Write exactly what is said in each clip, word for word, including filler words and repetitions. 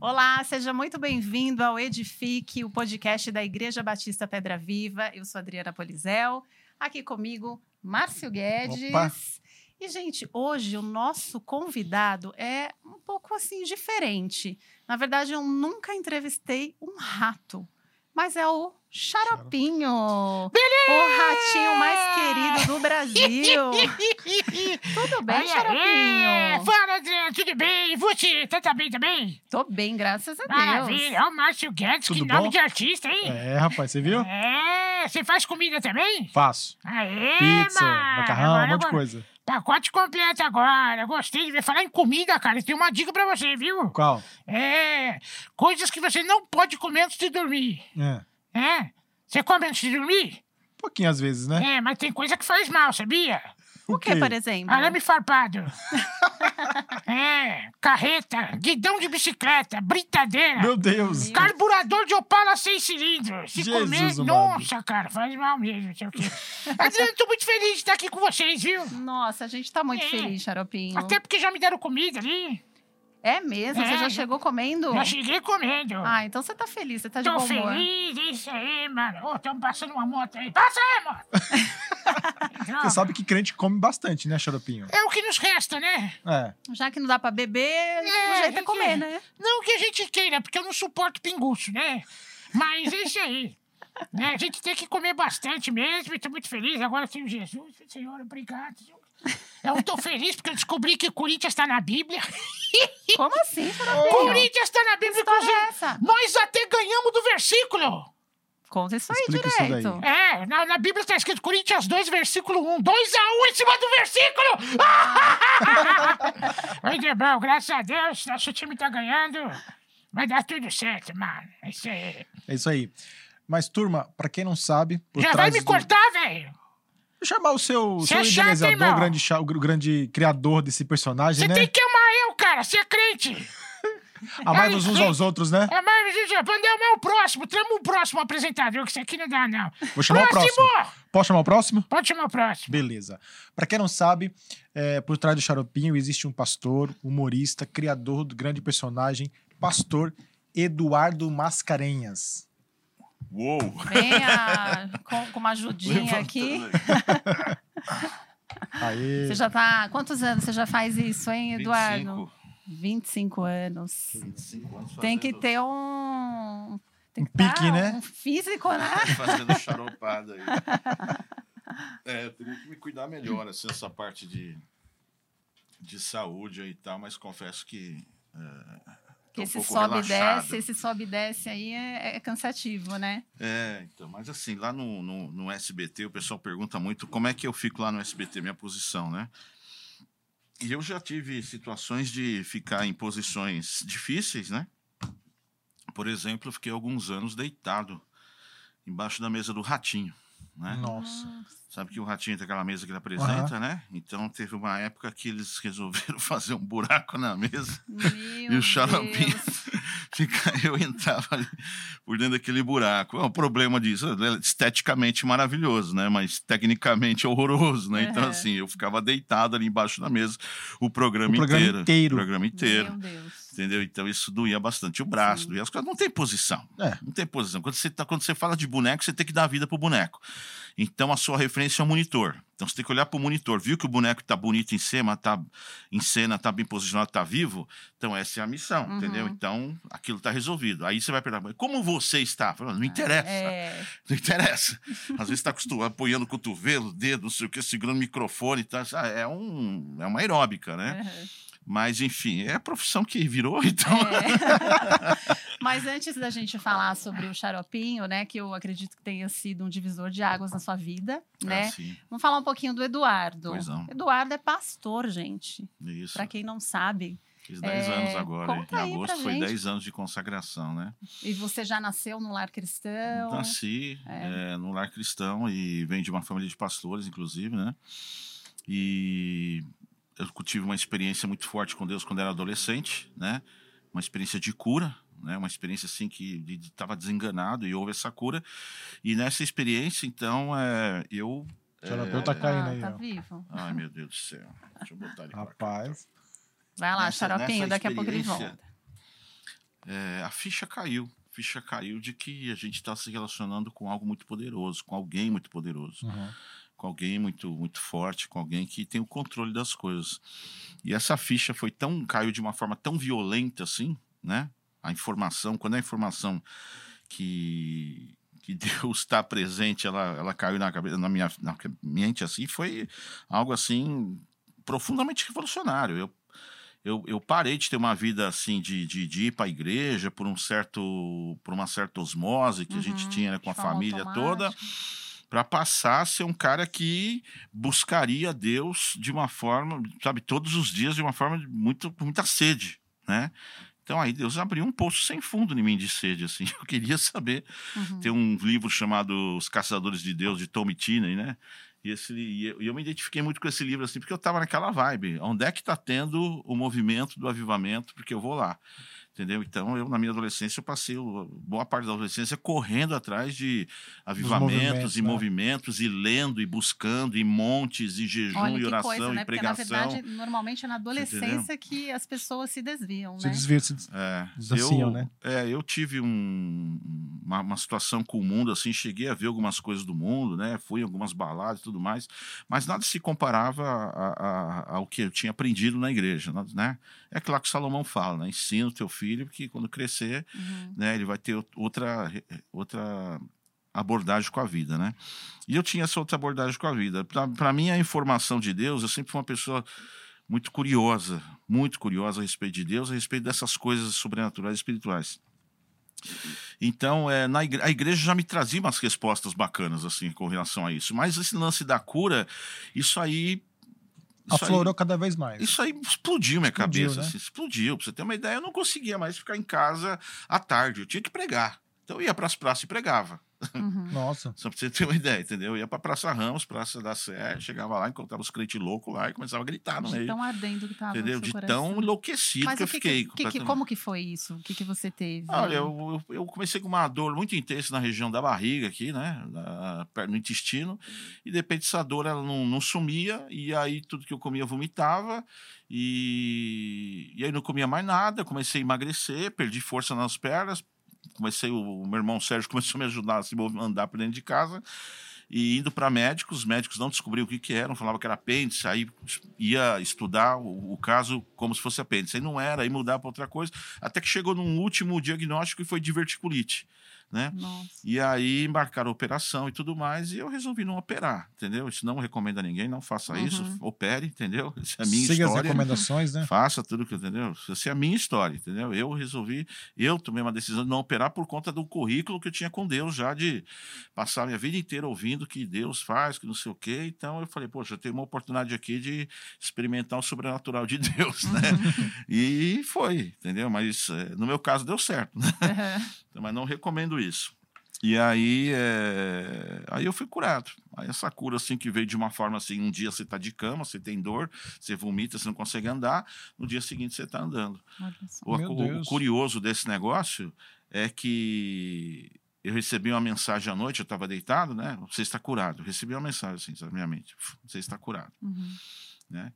Olá, seja muito bem-vindo ao Edifique, o podcast da Igreja Batista Pedra Viva. Eu sou Adriana Polizel, aqui comigo, Márcio Guedes. Opa. E, gente, hoje o nosso convidado é um pouco, assim, diferente. Na verdade, eu nunca entrevistei um rato, mas é o Xaropinho, o ratinho mais querido do Brasil. Tudo bem, Aê, Xaropinho? aê! Fala, Adriano, tudo bem? E você, tá, tá bem também? Tô bem, graças a Deus. Maravilha, é o Márcio Guedes, Tudo que bom? nome de artista, hein? É, rapaz, você viu? É, você faz comida também? Faço. Aê, Pizza, mano! macarrão, Agora um monte de eu- coisa. Pacote completo agora, gostei de ver. Falar em comida, cara, tem uma dica pra você, viu? Qual? É, coisas que você não pode comer antes de dormir. É. É, você come antes de dormir? Um pouquinho às vezes, né? É, mas tem coisa que faz mal, sabia? O que, por exemplo? Arame farpado. É, carreta, guidão de bicicleta, britadeira. Meu Deus. Meu- Carburador de Opala seis cilindros. Se Jesus comer, amado. nossa, cara, faz mal mesmo, não sei o quê. Adriano, tô muito feliz de estar aqui com vocês, viu? Nossa, a gente tá muito É. feliz, Xaropinho. Até porque já me deram comida ali. É mesmo? Você É, já já- chegou comendo? Já cheguei comendo. Ah, então você tá feliz, você tá de Tô bom humor. feliz, isso aí, mano. Ô, tamo passando uma moto aí. Passa aí, moto. Você sabe que crente come bastante, né, Xaropinho? É o que nos resta, né? É. Já que não dá pra beber, É, o jeito é gente, comer, né? Não que a gente queira, porque eu não suporto pinguço, né? Mas é isso aí. Né? A gente tem que comer bastante mesmo, e tô muito feliz. Agora tenho Jesus, Senhor, obrigado. Eu tô feliz porque eu descobri que o Corinthians tá na Bíblia. Como assim, O Xaropinho? Corinthians tá na Bíblia, história é inclusive. essa? Nós até ganhamos do versículo. Conta isso aí Explica isso direito. daí. É, na, na Bíblia tá escrito Coríntios dois, versículo um. dois a um em cima do versículo! Muito bom, graças a Deus, nosso time tá ganhando. Vai dar tudo certo, mano. É isso aí. É isso aí. Mas, turma, pra quem não sabe... Por Já vai trás me do- cortar, velho? Vou chamar o seu, Você seu é chato, idealizador, hein, irmão? o grande, cha- o gr- grande criador desse personagem, Você né? tem que amar eu, cara. Você é crente. Amar-nos uns aos outros, né? É, mas, gente, vamos amar o próximo. Trama o próximo apresentador, que isso aqui não dá, não. Vou chamar o próximo. Posso chamar o próximo? Pode chamar o próximo. Beleza. Pra quem não sabe, é, por trás do Xaropinho existe um pastor, humorista, criador do grande personagem, pastor Eduardo Mascarenhas. Uou! Venha com, com uma ajudinha aqui. Aê. Você já tá... Quantos anos você já faz isso, hein, Eduardo? vinte e cinco. vinte e cinco anos. vinte e cinco anos Tem que fazendo- ter um... Tem Um que tá pique, né? Um físico, né? Fazendo charopada aí. É, eu teria que me cuidar melhor, assim, essa parte de, de saúde aí e tal, mas confesso que. É, Que tô um esse pouco sobe e relaxado. desce, esse sobe e desce aí é, é cansativo, né? É, então, mas assim, lá no, no, no S B T, o pessoal pergunta muito como é que eu fico lá no S B T, minha posição, né? E eu já tive situações de ficar em posições difíceis, né? Por exemplo, eu fiquei alguns anos deitado embaixo da mesa do Ratinho, né? Nossa. Sabe que o Ratinho tem aquela mesa que ele apresenta, né? Então teve uma época que eles resolveram fazer um buraco na mesa Meu e o Xaropinho Deus. fica, eu entrava ali por dentro daquele buraco. É um problema disso, é esteticamente maravilhoso, né? Mas tecnicamente horroroso, né? Então, Uhum. assim, eu ficava deitado ali embaixo da mesa o programa, O programa inteiro. inteiro. O programa inteiro. Meu Deus. Entendeu? Então isso doía bastante o braço, Sim. doía as coisas. Não tem posição. É. Não tem posição. Quando você, tá, quando você fala de boneco, você tem que dar vida pro boneco. Então a sua referência é o monitor. Então você tem que olhar pro monitor. Viu que o boneco tá bonito em cima, tá em cena, tá bem posicionado, tá vivo? Então essa é a missão, Uhum. entendeu? Então aquilo tá resolvido. Aí você vai perguntar, "Mas como você está?" Fala, não interessa. É, Não interessa. Às vezes tá acostumado, apoiando o cotovelo, o dedo, não sei o que, segurando o microfone e tal. Ah, É, um, é uma aeróbica, né? uhum. Mas, enfim, é a profissão que virou, então. É. Mas antes da gente falar sobre o Xaropinho, né, que eu acredito que tenha sido um divisor de águas na sua vida, né? Assim, Vamos falar um pouquinho do Eduardo. Pois não. Eduardo é pastor, gente. isso. Para quem não sabe. Fiz dez é, anos agora. conta Em aí pra agosto foi gente. dez anos de consagração, né? E você já nasceu no lar cristão? Nasci É. é, no lar cristão e venho de uma família de pastores, inclusive, né? E eu tive uma experiência muito forte com Deus quando era adolescente, né? Uma experiência de cura, né? Uma experiência assim que estava desenganado e houve essa cura. E nessa experiência, então, é, eu... O xaropinho tá caindo aí, Ah, tá ó. vivo. Ai, meu Deus do céu. Deixa eu botar ele pra cá. Rapaz. Vai lá, Nessa- Xaropinho, nessa daqui a pouco ele experiência, volta. é, a ficha caiu. A ficha caiu de que a gente está se relacionando com algo muito poderoso, com alguém muito poderoso. Uhum. Com alguém muito, muito forte, com alguém que tem o controle das coisas. E essa ficha foi tão, caiu de uma forma tão violenta assim, né? A informação, quando a informação que, que Deus está presente, ela, ela caiu na, cabeça, na minha na mente assim, foi algo assim profundamente revolucionário. Eu, eu, eu parei de ter uma vida assim de, de, de ir para a igreja por um certo, por uma certa osmose que uhum, a gente tinha, né, com a família automático. toda, para passar a ser um cara que buscaria Deus de uma forma, sabe, todos os dias de uma forma de muito, com muita sede, né? Então aí Deus abriu um poço sem fundo em mim de sede, assim. Eu queria saber. Uhum. Tem um livro chamado Os Caçadores de Deus, de Tom Tinney, né? E, esse, e eu, eu me identifiquei muito com esse livro, assim, porque eu estava naquela vibe. Onde é que está tendo o movimento do avivamento? Porque eu vou lá. Entendeu? Então, eu, na minha adolescência, eu passei boa parte da adolescência correndo atrás de avivamentos movimentos, e né? movimentos, e lendo, e buscando, e montes, e jejum, Olha, e oração, coisa, né? e Porque, pregação. na verdade, normalmente é na adolescência que as pessoas se desviam, se né? Desviam, se é, desviam, eu, né? É, eu tive um, uma, uma situação com o mundo, assim, cheguei a ver algumas coisas do mundo, né? Fui em algumas baladas e tudo mais, mas nada se comparava a, a, ao que eu tinha aprendido na igreja, né? É claro que Salomão fala, né? Ensina o teu filho, porque quando crescer, uhum. né, ele vai ter outra, outra abordagem com a vida, né? E eu tinha essa outra abordagem com a vida. Para mim, a informação de Deus, eu sempre fui uma pessoa muito curiosa, muito curiosa a respeito de Deus, a respeito dessas coisas sobrenaturais e espirituais. Então, é, na igreja, a igreja já me trazia umas respostas bacanas, assim, com relação a isso. Mas esse lance da cura, isso aí... Isso aflorou aí, cada vez mais. Isso aí explodiu minha explodiu, cabeça. Né? Assim, explodiu. Pra você ter uma ideia, eu não conseguia mais ficar em casa à tarde. Eu tinha que pregar. Então eu ia para as praças e pregava. Uhum. Nossa. Só para você ter uma ideia, entendeu? Eu ia para Praça Ramos, Praça da Sé, chegava lá, encontrava os crentes loucos lá e começava a gritar no de meio. De tão ardendo que estava entendeu? De coração. Tão enlouquecido Mas que eu que, fiquei. Que, que, como que foi isso? O que, que você teve? Olha, eu, eu, eu comecei com uma dor muito intensa na região da barriga aqui, né? Na, no intestino. E de repente essa dor ela não, não sumia. E aí tudo que eu comia eu vomitava. E, e aí não comia mais nada. Comecei a emagrecer, perdi força nas pernas. Comecei, o meu irmão Sérgio começou a me ajudar a se andar por dentro de casa e indo para médicos, os médicos não descobriam o que que era, falavam que era apêndice, aí ia estudar o, o caso como se fosse apêndice, aí não era, aí mudava para outra coisa, até que chegou num último diagnóstico e foi diverticulite, né? Nossa. E aí embarcaram a operação e tudo mais, e eu resolvi não operar, entendeu? Isso não recomendo a ninguém, não faça uhum. isso, opere, entendeu? Essa é a minha Siga história. as recomendações, né? Faça tudo que, entendeu? Essa é a minha história, entendeu? Eu resolvi, eu tomei uma decisão de não operar por conta do currículo que eu tinha com Deus, já de passar a minha vida inteira ouvindo que Deus faz, que não sei o quê, então eu falei, poxa, eu tenho uma oportunidade aqui de experimentar o sobrenatural de Deus, né? Uhum. E foi, entendeu? Mas no meu caso deu certo, né? Uhum. Mas não recomendo isso. E aí, é... aí eu fui curado. Aí essa cura, assim, que veio de uma forma assim, um dia você tá de cama, você tem dor, você vomita, você não consegue andar, no dia seguinte você tá andando. O, o, o curioso desse negócio é que eu recebi uma mensagem à noite, eu estava deitado, né? Você está curado. Eu recebi uma mensagem assim, na minha mente. Você está curado. Uhum. Né?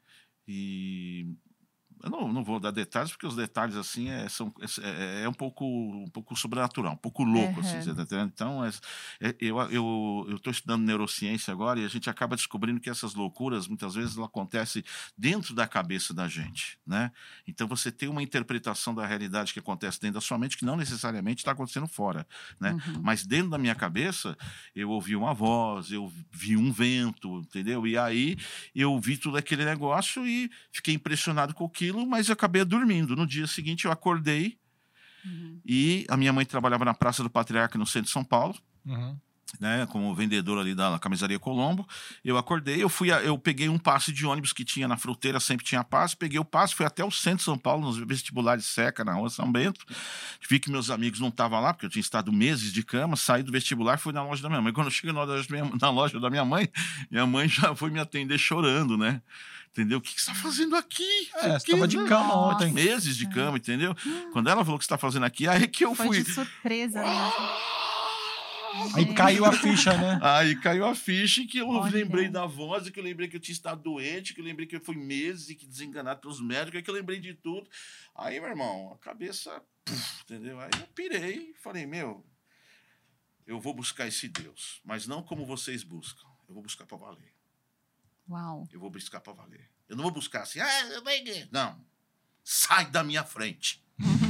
E... eu não, não vou dar detalhes, porque os detalhes, assim, é, são, é, é um, pouco, um pouco sobrenatural, um pouco louco, uhum. assim, você tá entendendo? Então, é, é, eu eu estou estudando neurociência agora e a gente acaba descobrindo que essas loucuras, muitas vezes, ela acontece dentro da cabeça da gente, né? Então, você tem uma interpretação da realidade que acontece dentro da sua mente que não necessariamente está acontecendo fora, né? Uhum. Mas dentro da minha cabeça, eu ouvi uma voz, eu vi um vento, entendeu? E aí, eu vi tudo aquele negócio e fiquei impressionado com o que mas eu acabei dormindo. No dia seguinte eu acordei uhum. e a minha mãe trabalhava na Praça do Patriarca, no centro de São Paulo, uhum. né, como vendedora ali da Camisaria Colombo. Eu acordei, eu fui, a, eu peguei um passe de ônibus que tinha na Fruteira, sempre tinha passe, peguei o passe, fui até o centro de São Paulo, nos vestibulares Seca, na Rua São Bento. Vi que meus amigos não estavam lá, porque eu tinha estado meses de cama, saí do vestibular, fui na loja da minha mãe. Quando eu cheguei na loja da minha, na loja da minha mãe, minha mãe já foi me atender chorando, né? Entendeu? O que, que você está fazendo aqui? É, você estava de cama ontem. Meses de cama, entendeu? Hum. Quando ela falou o que você está fazendo aqui, aí que eu foi fui... Foi de surpresa, né? Aí caiu a ficha, né? Aí caiu a ficha que eu Olha. lembrei da voz, que eu lembrei que eu tinha estado doente, que eu lembrei que eu fui meses e que desenganado pelos médicos, que eu lembrei de tudo. Aí, meu irmão, a cabeça, puf, entendeu? Aí eu pirei e falei, meu, eu vou buscar esse Deus, mas não como vocês buscam. Eu vou buscar para valer. Uau. Eu vou buscar para valer. Eu não vou buscar assim, ah, eu vou... Não. Sai da minha frente.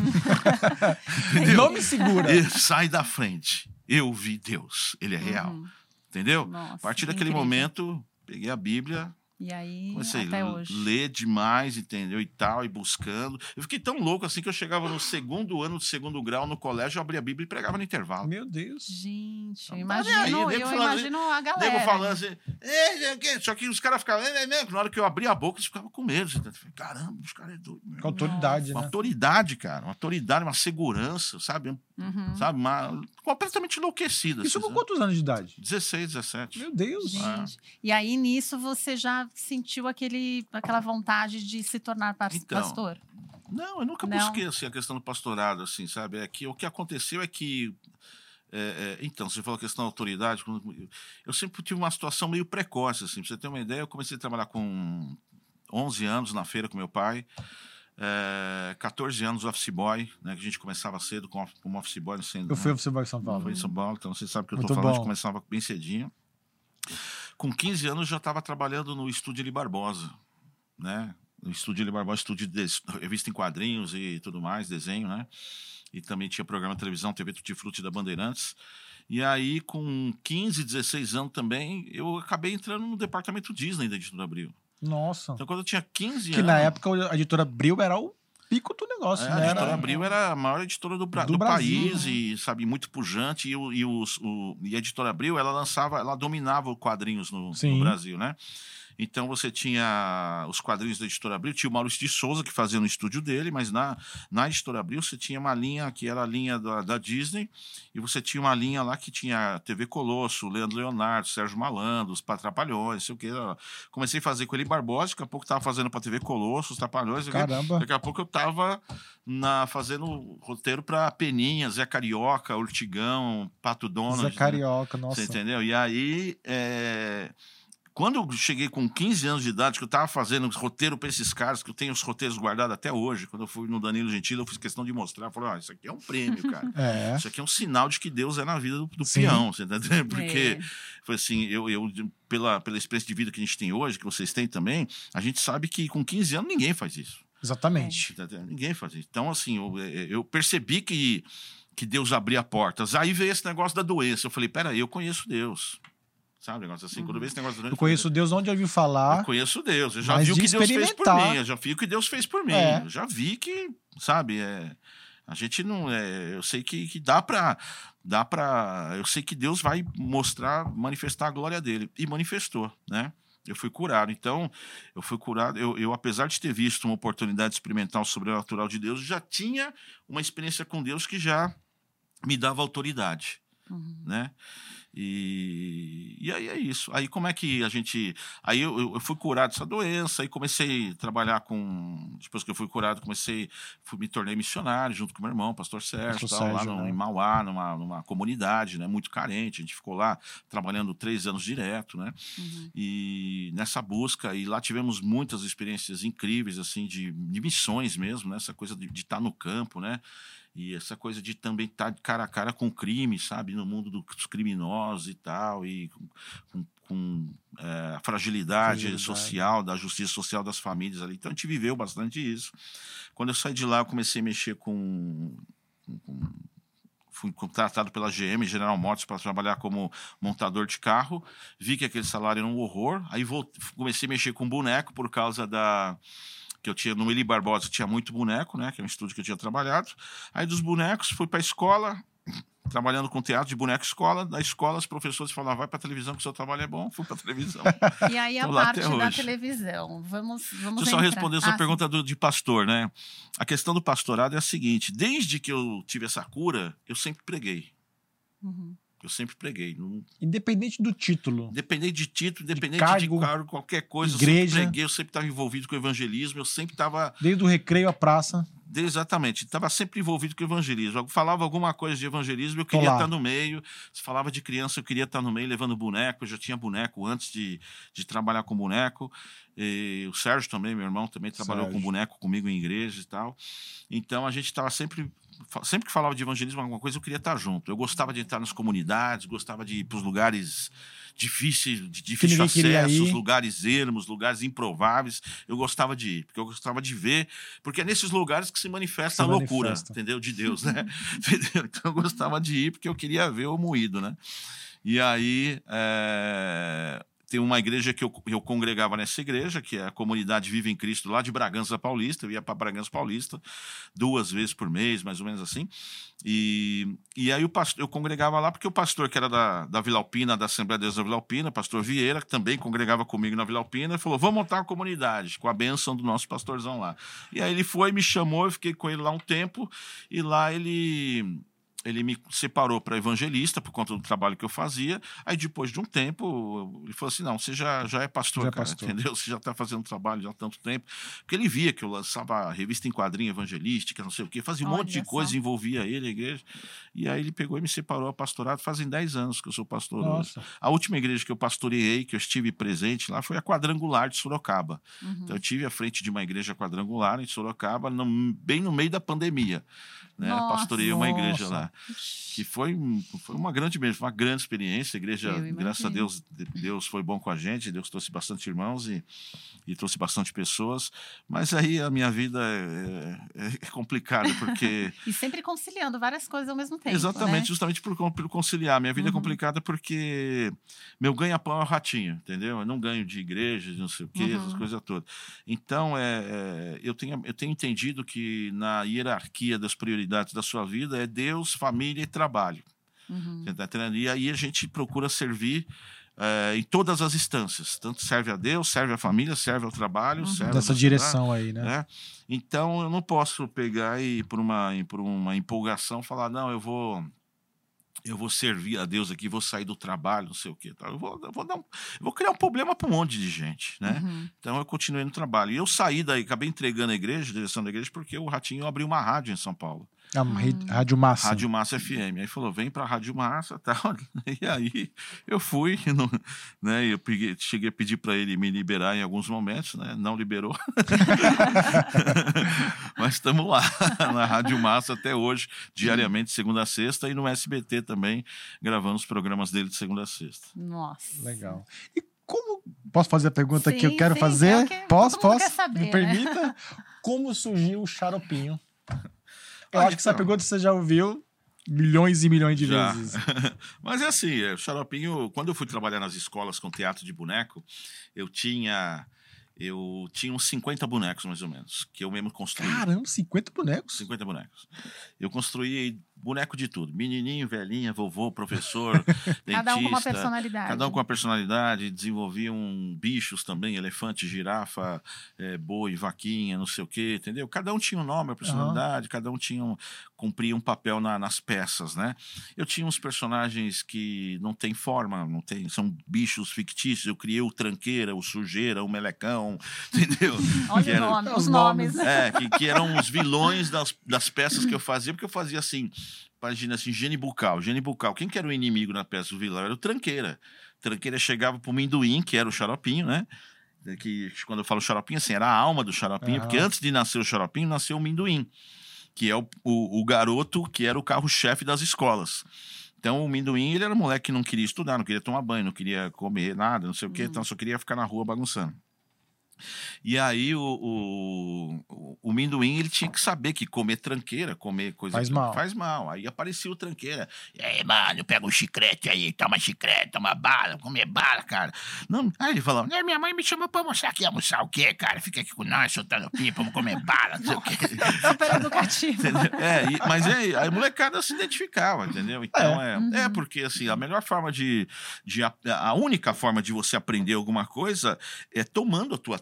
Não me segura. E sai da frente. Eu vi Deus. Ele é real. Uhum. Entendeu? Nossa, a partir daquele incrível. momento, peguei a Bíblia, E aí, comecei até a hoje. ler demais, entendeu? E tal, e buscando. Eu fiquei tão louco assim que eu chegava no segundo ano do segundo grau no colégio, eu abria a Bíblia e pregava no intervalo. Meu Deus. Gente, Não eu tá nem imagino, aí, nego eu falando- imagino a galera. Nego falando assim, "É, é, que-" só que os caras ficavam, "É, é, é." Na hora que eu abria a boca, eles ficavam com medo. Assim, eu falei, caramba, os caras é doido. meu. Com autoridade, Uma né? autoridade, cara, uma autoridade, uma segurança, sabe? Uhum. Sabe? Uma, completamente enlouquecida. Isso assim, com sabe? quantos anos de idade? dezesseis, dezessete. Meu Deus. Gente. E aí, nisso, você já sentiu aquele, aquela vontade de se tornar pas- Então, pastor? Não, eu nunca Não. busquei assim, a questão do pastorado, assim, sabe? É que o que aconteceu é que. é, é, então, você falou a questão da autoridade. quando- Eu sempre tive uma situação meio precoce, assim. Pra você ter uma ideia, eu comecei a trabalhar com onze anos na feira com meu pai. É, catorze anos office boy, né? Que a gente começava cedo com off- como office boy no centro. Eu fui ao Futebol de São Paulo. Foi em São Paulo, então você sabe o que eu Muito estou falando, a bom. gente começava bem cedinho. Com quinze anos já estava trabalhando no Estúdio Eli Barbosa, né? No Estúdio Eli Barbosa, estúdio de des- revista em quadrinhos e tudo mais, desenho, né? E também tinha programa de televisão, T V Tutti Frutti da Bandeirantes. E aí, com quinze, dezesseis anos também, eu acabei entrando no departamento Disney da Editora Abril. Nossa. Então, quando eu tinha quinze Que anos... na época a editora Abril era o pico do negócio, É, né? a editora Era- Abril era a maior editora do, Bra- Do do Brasil, país né? e, sabe, muito pujante. E, o, e, os, o- e a editora Abril, ela lançava, ela dominava os quadrinhos no, Sim. no Brasil, né? Então você tinha os quadrinhos da editora Abril, tinha o Maurício de Souza que fazia no estúdio dele, mas na, na editora Abril você tinha uma linha que era a linha da, da Disney, e você tinha uma linha lá que tinha T V Colosso, Leandro Leonardo, Sérgio Malandro, os Trapalhões, sei o que. Comecei a fazer com ele Barbosa, daqui a pouco estava fazendo para T V Colosso, os Trapalhões, sei o quê. Caramba. Daqui a pouco eu tava na, fazendo roteiro para Peninha, Zé Carioca, Urtigão, Pato Donald. Zé né? Carioca, nossa. Você entendeu? E aí, é, quando eu cheguei com quinze anos de idade, que eu tava fazendo roteiro para esses caras, que eu tenho os roteiros guardados até hoje, quando eu fui no Danilo Gentili, eu fiz questão de mostrar, eu falei, ó, isso aqui é um prêmio, cara. É. Isso aqui é um sinal de que Deus é na vida do, do Sim. peão, você tá entendendo? Porque É. foi assim, eu, eu pela, pela experiência de vida que a gente tem hoje, que vocês têm também, a gente sabe que com quinze anos ninguém faz isso. Exatamente. Tá entendendo? Ninguém faz isso. Então, assim, eu, eu percebi que, que Deus abria portas. Aí veio esse negócio da doença. Eu falei, peraí, eu conheço Deus. Sabe, negócio assim, quando veio esse negócio da doença. Eu conheço Deus onde eu ouvi falar. Eu conheço Deus. Eu já Mas vi o de que Deus fez por experimentar. mim. Eu já vi o que Deus fez por mim. É. Eu já vi que, sabe, é, a gente não. É, eu sei que, que dá pra. Dá pra. Eu sei que Deus vai mostrar, manifestar a glória dele. E manifestou, né? Eu fui curado. Então, eu fui curado. Eu, eu, apesar de ter visto uma oportunidade de experimentar o sobrenatural de Deus, já tinha uma experiência com Deus que já me dava autoridade, Uhum. né? E, e aí é isso. Aí como é que a gente... Aí eu, eu- eu fui curado dessa doença, aí comecei a trabalhar com... Depois que eu fui curado, comecei... Fui, me tornei missionário junto com meu irmão, pastor Sérgio, Pastor tal, lá Sérgio, no, né? em Mauá, numa, numa comunidade, né, muito carente. A gente ficou lá trabalhando três anos direto, né? Uhum. E nessa busca, e lá tivemos muitas experiências incríveis, assim, de, de missões mesmo, né? Essa coisa de estar no campo, né? E essa coisa de também estar de cara a cara com o crime, sabe? No mundo dos criminosos e tal, e com, com, com, é, a fragilidade, Fragilidade. social, da justiça social das famílias ali. Então a gente viveu bastante isso. Quando eu saí de lá, eu comecei a mexer com... com- com- fui contratado pela G M, General Motors, para trabalhar como montador de carro. Vi que aquele salário era um horror. Aí voltei, comecei a mexer com boneco por causa da... que eu tinha no Eli Barbosa, tinha muito boneco, né? Que é um estúdio que eu tinha trabalhado. Aí dos bonecos, fui para a escola, trabalhando com teatro de boneco escola. Da escola, os professores falavam, vai para televisão que o seu trabalho é bom. Fui para televisão. E aí a Tô lá parte até da hoje. televisão. Vamos, vamos Deixa eu só entrar. responder a sua Ah, sim. pergunta do, de pastor, né? A questão do pastorado é a seguinte, desde que eu tive essa cura, eu sempre preguei. Uhum. Eu sempre preguei. Não, Independente do título. independente de título, independente de cargo, cargo, qualquer coisa, eu igreja. sempre preguei, eu sempre estava envolvido com o evangelismo, eu sempre estava... Desde o recreio à praça. Exatamente, estava sempre envolvido com evangelismo. Eu falava alguma coisa de evangelismo, eu queria estar no meio. Se falava de criança, eu queria estar no meio, levando boneco. Eu já tinha boneco antes de, de trabalhar com boneco. E o Sérgio também, meu irmão, também trabalhou Sérgio. com boneco comigo em igreja e tal. Então a gente estava sempre... Sempre que falava de evangelismo, alguma coisa, eu queria estar junto. Eu gostava de entrar nas comunidades, gostava de ir para os lugares difíceis, de difícil acesso, os lugares ermos, lugares improváveis. Eu gostava de ir, porque eu gostava de ver, porque é nesses lugares que se manifesta se a loucura, manifesta. entendeu? De Deus, né? Entendeu? Então eu gostava de ir, porque eu queria ver o moído, né? E aí... É... Tem uma igreja que eu, eu congregava nessa igreja, que é a Comunidade Viva em Cristo, lá de Bragança Paulista. Eu ia para Bragança Paulista duas vezes por mês, mais ou menos assim. E, e aí o pastor, eu congregava lá porque o pastor, que era da, da Vila Alpina, da Assembleia de Deus da Vila Alpina, pastor Vieira, que também congregava comigo na Vila Alpina, falou, vamos montar uma comunidade, com a bênção do nosso pastorzão lá. E aí ele foi, me chamou, eu fiquei com ele lá um tempo, e lá ele... Ele me separou para evangelista por conta do trabalho que eu fazia. Aí, depois de um tempo, ele falou assim, não, você já, já é pastor, já é cara, pastor. entendeu? Você já está fazendo trabalho já há tanto tempo. Porque ele via que eu lançava revista em quadrinho evangelística, não sei o quê, fazia um Olha monte de só. coisa, envolvia ele, a igreja. E aí ele pegou e me separou a pastorado. Fazem dez anos que eu sou pastor Nossa. hoje. A última igreja que eu pastoreei, que eu estive presente lá, foi a Quadrangular de Sorocaba. Uhum. Então, eu estive à frente de uma igreja quadrangular em Sorocaba, no, bem no meio da pandemia. Né? Pastoreei uma igreja lá. Que foi, foi uma grande uma grande experiência. A igreja, graças a Deus, Deus foi bom com a gente, Deus trouxe bastante irmãos e, e trouxe bastante pessoas. Mas aí a minha vida é, é complicada, porque... E sempre conciliando várias coisas ao mesmo tempo. Exatamente, né? justamente por, por conciliar. Minha vida uhum. é complicada porque meu ganha-pão é o ratinho, entendeu? Eu não ganho de igreja, não sei o quê, uhum. essas coisas todas. Então, é, é, eu, tenho, eu tenho entendido que na hierarquia das prioridades da sua vida é Deus, família e trabalho. Uhum. E aí a gente procura servir é, em todas as instâncias. Tanto serve a Deus, serve a família, serve ao trabalho. Uhum. Serve Dessa direção aí, né? né? Então eu não posso pegar e por uma, por uma empolgação falar, não, eu vou... eu vou servir a Deus aqui, vou sair do trabalho, não sei o quê. Tá? Eu, vou, eu, vou dar um, eu vou criar um problema para um monte de gente, né? Uhum. Então, eu continuei no trabalho. E eu saí daí, acabei entregando a igreja, a direção da igreja, porque o Ratinho abriu uma rádio em São Paulo. A hum. Rádio Massa. Rádio Massa F M. Aí falou, vem pra Rádio Massa e tal. E aí eu fui, não, né? Eu peguei, cheguei a pedir para ele me liberar em alguns momentos, né? Não liberou. Mas estamos lá, na Rádio Massa até hoje, diariamente, segunda a sexta, e no S B T também, gravando os programas dele de segunda a sexta. Nossa. Legal. E como... Posso fazer a pergunta sim, que eu quero sim, fazer? Que posso, posso? Saber, me né? permita? Como surgiu o Xaropinho? Eu Olha, acho que essa pergunta você já ouviu milhões e milhões de já. vezes. Mas é assim, o Xaropinho, quando eu fui trabalhar nas escolas com teatro de boneco, eu tinha... Eu tinha uns cinquenta bonecos, mais ou menos, que eu mesmo construí. Caramba, cinquenta bonecos? cinquenta bonecos. Eu construí boneco de tudo. Menininho, velhinha, vovô, professor, dentista. Cada um com uma personalidade. Cada um com uma personalidade. Desenvolviam bichos também, elefante, girafa, é, boi, vaquinha, não sei o quê, entendeu? Cada um tinha um nome, uma personalidade, uhum. cada um tinha um, cumpria um papel na, nas peças, né? Eu tinha uns personagens que não têm forma, não tem, são bichos fictícios. Eu criei o Tranqueira, o Sujeira, o Melecão, entendeu? Olha era, nome, os nomes. É, que, que eram os vilões das, das peças que eu fazia, porque eu fazia assim, imagina assim, higiene bucal, higiene bucal. Quem que era o inimigo na peça do vilão? Era o Tranqueira. Tranqueira chegava pro Minduim, que era o Xaropinho, né? Que, quando eu falo Xaropinho, assim, era a alma do Xaropinho, uhum. porque antes de nascer o Xaropinho, nasceu o Minduim, que é o, o, o garoto que era o carro-chefe das escolas. Então, o Minduim, ele era um moleque que não queria estudar, não queria tomar banho, não queria comer nada, não sei o quê, uhum. então só queria ficar na rua bagunçando. E aí o, o, o Minduim, ele tinha que saber que comer tranqueira, comer coisa faz que mal. faz mal. Aí aparecia o Tranqueira. E aí, mano, pega um chiclete aí, toma chiclete, toma bala, comer bala, cara. Não, aí ele falou, é, minha mãe me chamou pra almoçar aqui. Almoçar o quê, cara? Fica aqui com nós, soltando pipa, vamos comer bala, não sei o quê. Super educativo. É, e, mas é, a molecada se identificava, entendeu? Então, é, é, uhum. é porque, assim, a melhor forma de, de... A única forma de você aprender alguma coisa é tomando a tua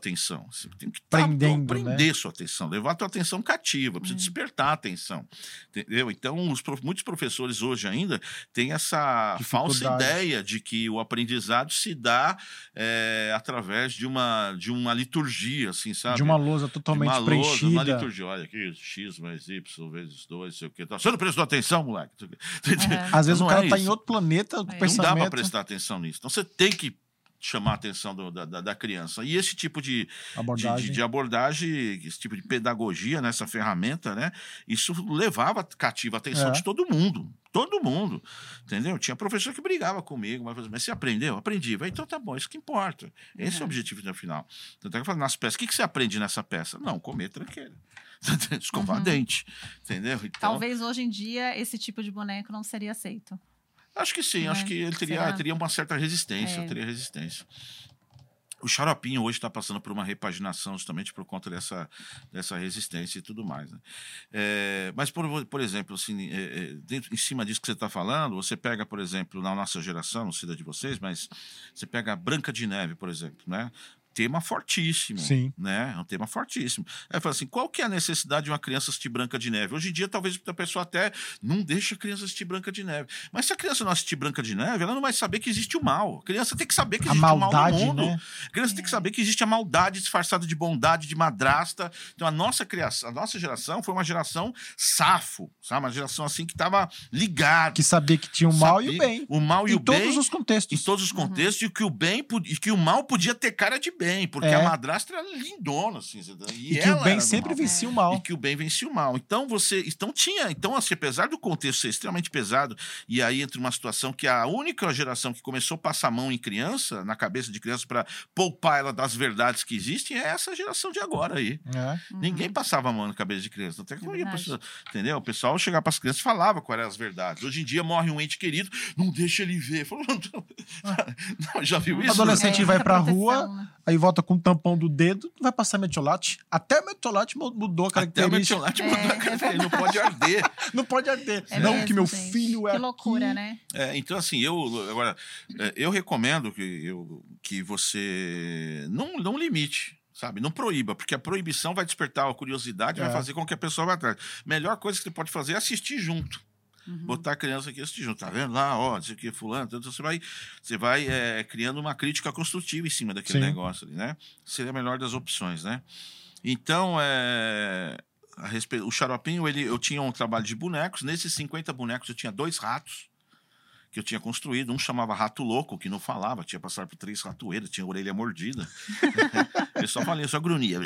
atenção. Você tem que Prendendo, tá, prender né? sua atenção, levar a tua atenção cativa, precisa despertar a atenção. Entendeu? Então, os, muitos professores hoje ainda têm essa falsa ideia de que o aprendizado se dá é, através de uma, de uma liturgia, assim, sabe? De uma lousa totalmente de uma preenchida. Lousa, uma liturgia. Olha aqui, x mais y vezes dois, sei o quê. Você não prestou atenção, moleque? É. Às vezes não o cara é tá isso. em outro planeta do É. pensamento. Não dá para prestar atenção nisso. Então, você tem que chamar a atenção do, da, da criança. E esse tipo de abordagem. De, de abordagem, esse tipo de pedagogia, nessa ferramenta, né? Isso levava cativa a atenção É. de todo mundo. Todo mundo. Entendeu? Tinha professor que brigava comigo, mas, mas você aprendeu? Aprendi. Vai, então tá bom, isso que importa. Esse é, é o objetivo no final. Então, eu falo, nas peças, o que, que você aprende nessa peça? Não, comer tranqueira. Escovar uhum. dente. Entendeu? Então, talvez hoje em dia esse tipo de boneco não seria aceito. Acho que sim, é. acho que ele teria, teria uma certa resistência, é. teria resistência. O Xaropinho hoje está passando por uma repaginação justamente por conta dessa, dessa resistência e tudo mais. Né? É, mas, por, por exemplo, assim, é, dentro, em cima disso que você está falando, você pega, por exemplo, na nossa geração, não sei da de vocês, mas você pega a Branca de Neve, por exemplo, né? Tema fortíssimo, Sim. né? É um tema fortíssimo. Aí fala assim, qual que é a necessidade de uma criança assistir Branca de Neve? Hoje em dia, talvez a pessoa até não deixa a criança assistir Branca de Neve. Mas se a criança não assistir Branca de Neve, ela não vai saber que existe o mal. A criança tem que saber que existe a o mal maldade, no mundo. Né? A criança é. tem que saber que existe a maldade disfarçada de bondade, de madrasta. Então, a nossa criação, a nossa geração foi uma geração safo, sabe? Uma geração assim que estava ligada. Que sabia que tinha o mal sabia, e o bem. O mal e em o bem. Em todos os contextos. Em todos os contextos. Uhum. E que o bem e que o mal podia ter cara de bem, porque é. a madrasta madrasta era lindona, assim. E, e que o bem sempre vencia o mal. E que o bem vencia o mal. Então, você... Então, tinha... Então, assim, apesar do contexto ser extremamente pesado, e aí entra uma situação que a única geração que começou a passar a mão em criança, na cabeça de criança, para poupar ela das verdades que existem, é essa geração de agora aí. É. Uhum. Ninguém passava a mão na cabeça de criança. Até que é pessoa, entendeu? O pessoal chegava para as crianças e falava quais eram as verdades. Hoje em dia, morre um ente querido, não deixa ele ver. Falou, não, já viu isso? O adolescente é, vai pra proteção, rua, né? Aí volta com o tampão do dedo, vai passar metiolate. Até o metiolate mudou a característica. Até o metiolate mudou a característica. Não pode arder. Não pode arder. É não mesmo, que meu gente. filho é Que loucura, aqui. né? É, então, assim, eu agora eu recomendo que, eu, que você não, não limite. Sabe? Não proíba, porque a proibição vai despertar a curiosidade e é. vai fazer com que a pessoa vá atrás. Melhor coisa que você pode fazer é assistir junto. Uhum. Botar a criança aqui assistir junto. Tá vendo lá, ó, isso aqui, fulano. Então você vai, você vai é, criando uma crítica construtiva em cima daquele Sim. negócio ali, né? Seria a melhor das opções, né? Então, é, a respeito, o Xaropinho, ele, eu tinha um trabalho de bonecos. Nesses cinquenta bonecos, eu tinha dois ratos que eu tinha construído. Um chamava Rato Louco, que não falava, tinha passado por três ratoeiras, tinha a orelha mordida. Eu só falei, só grunhia.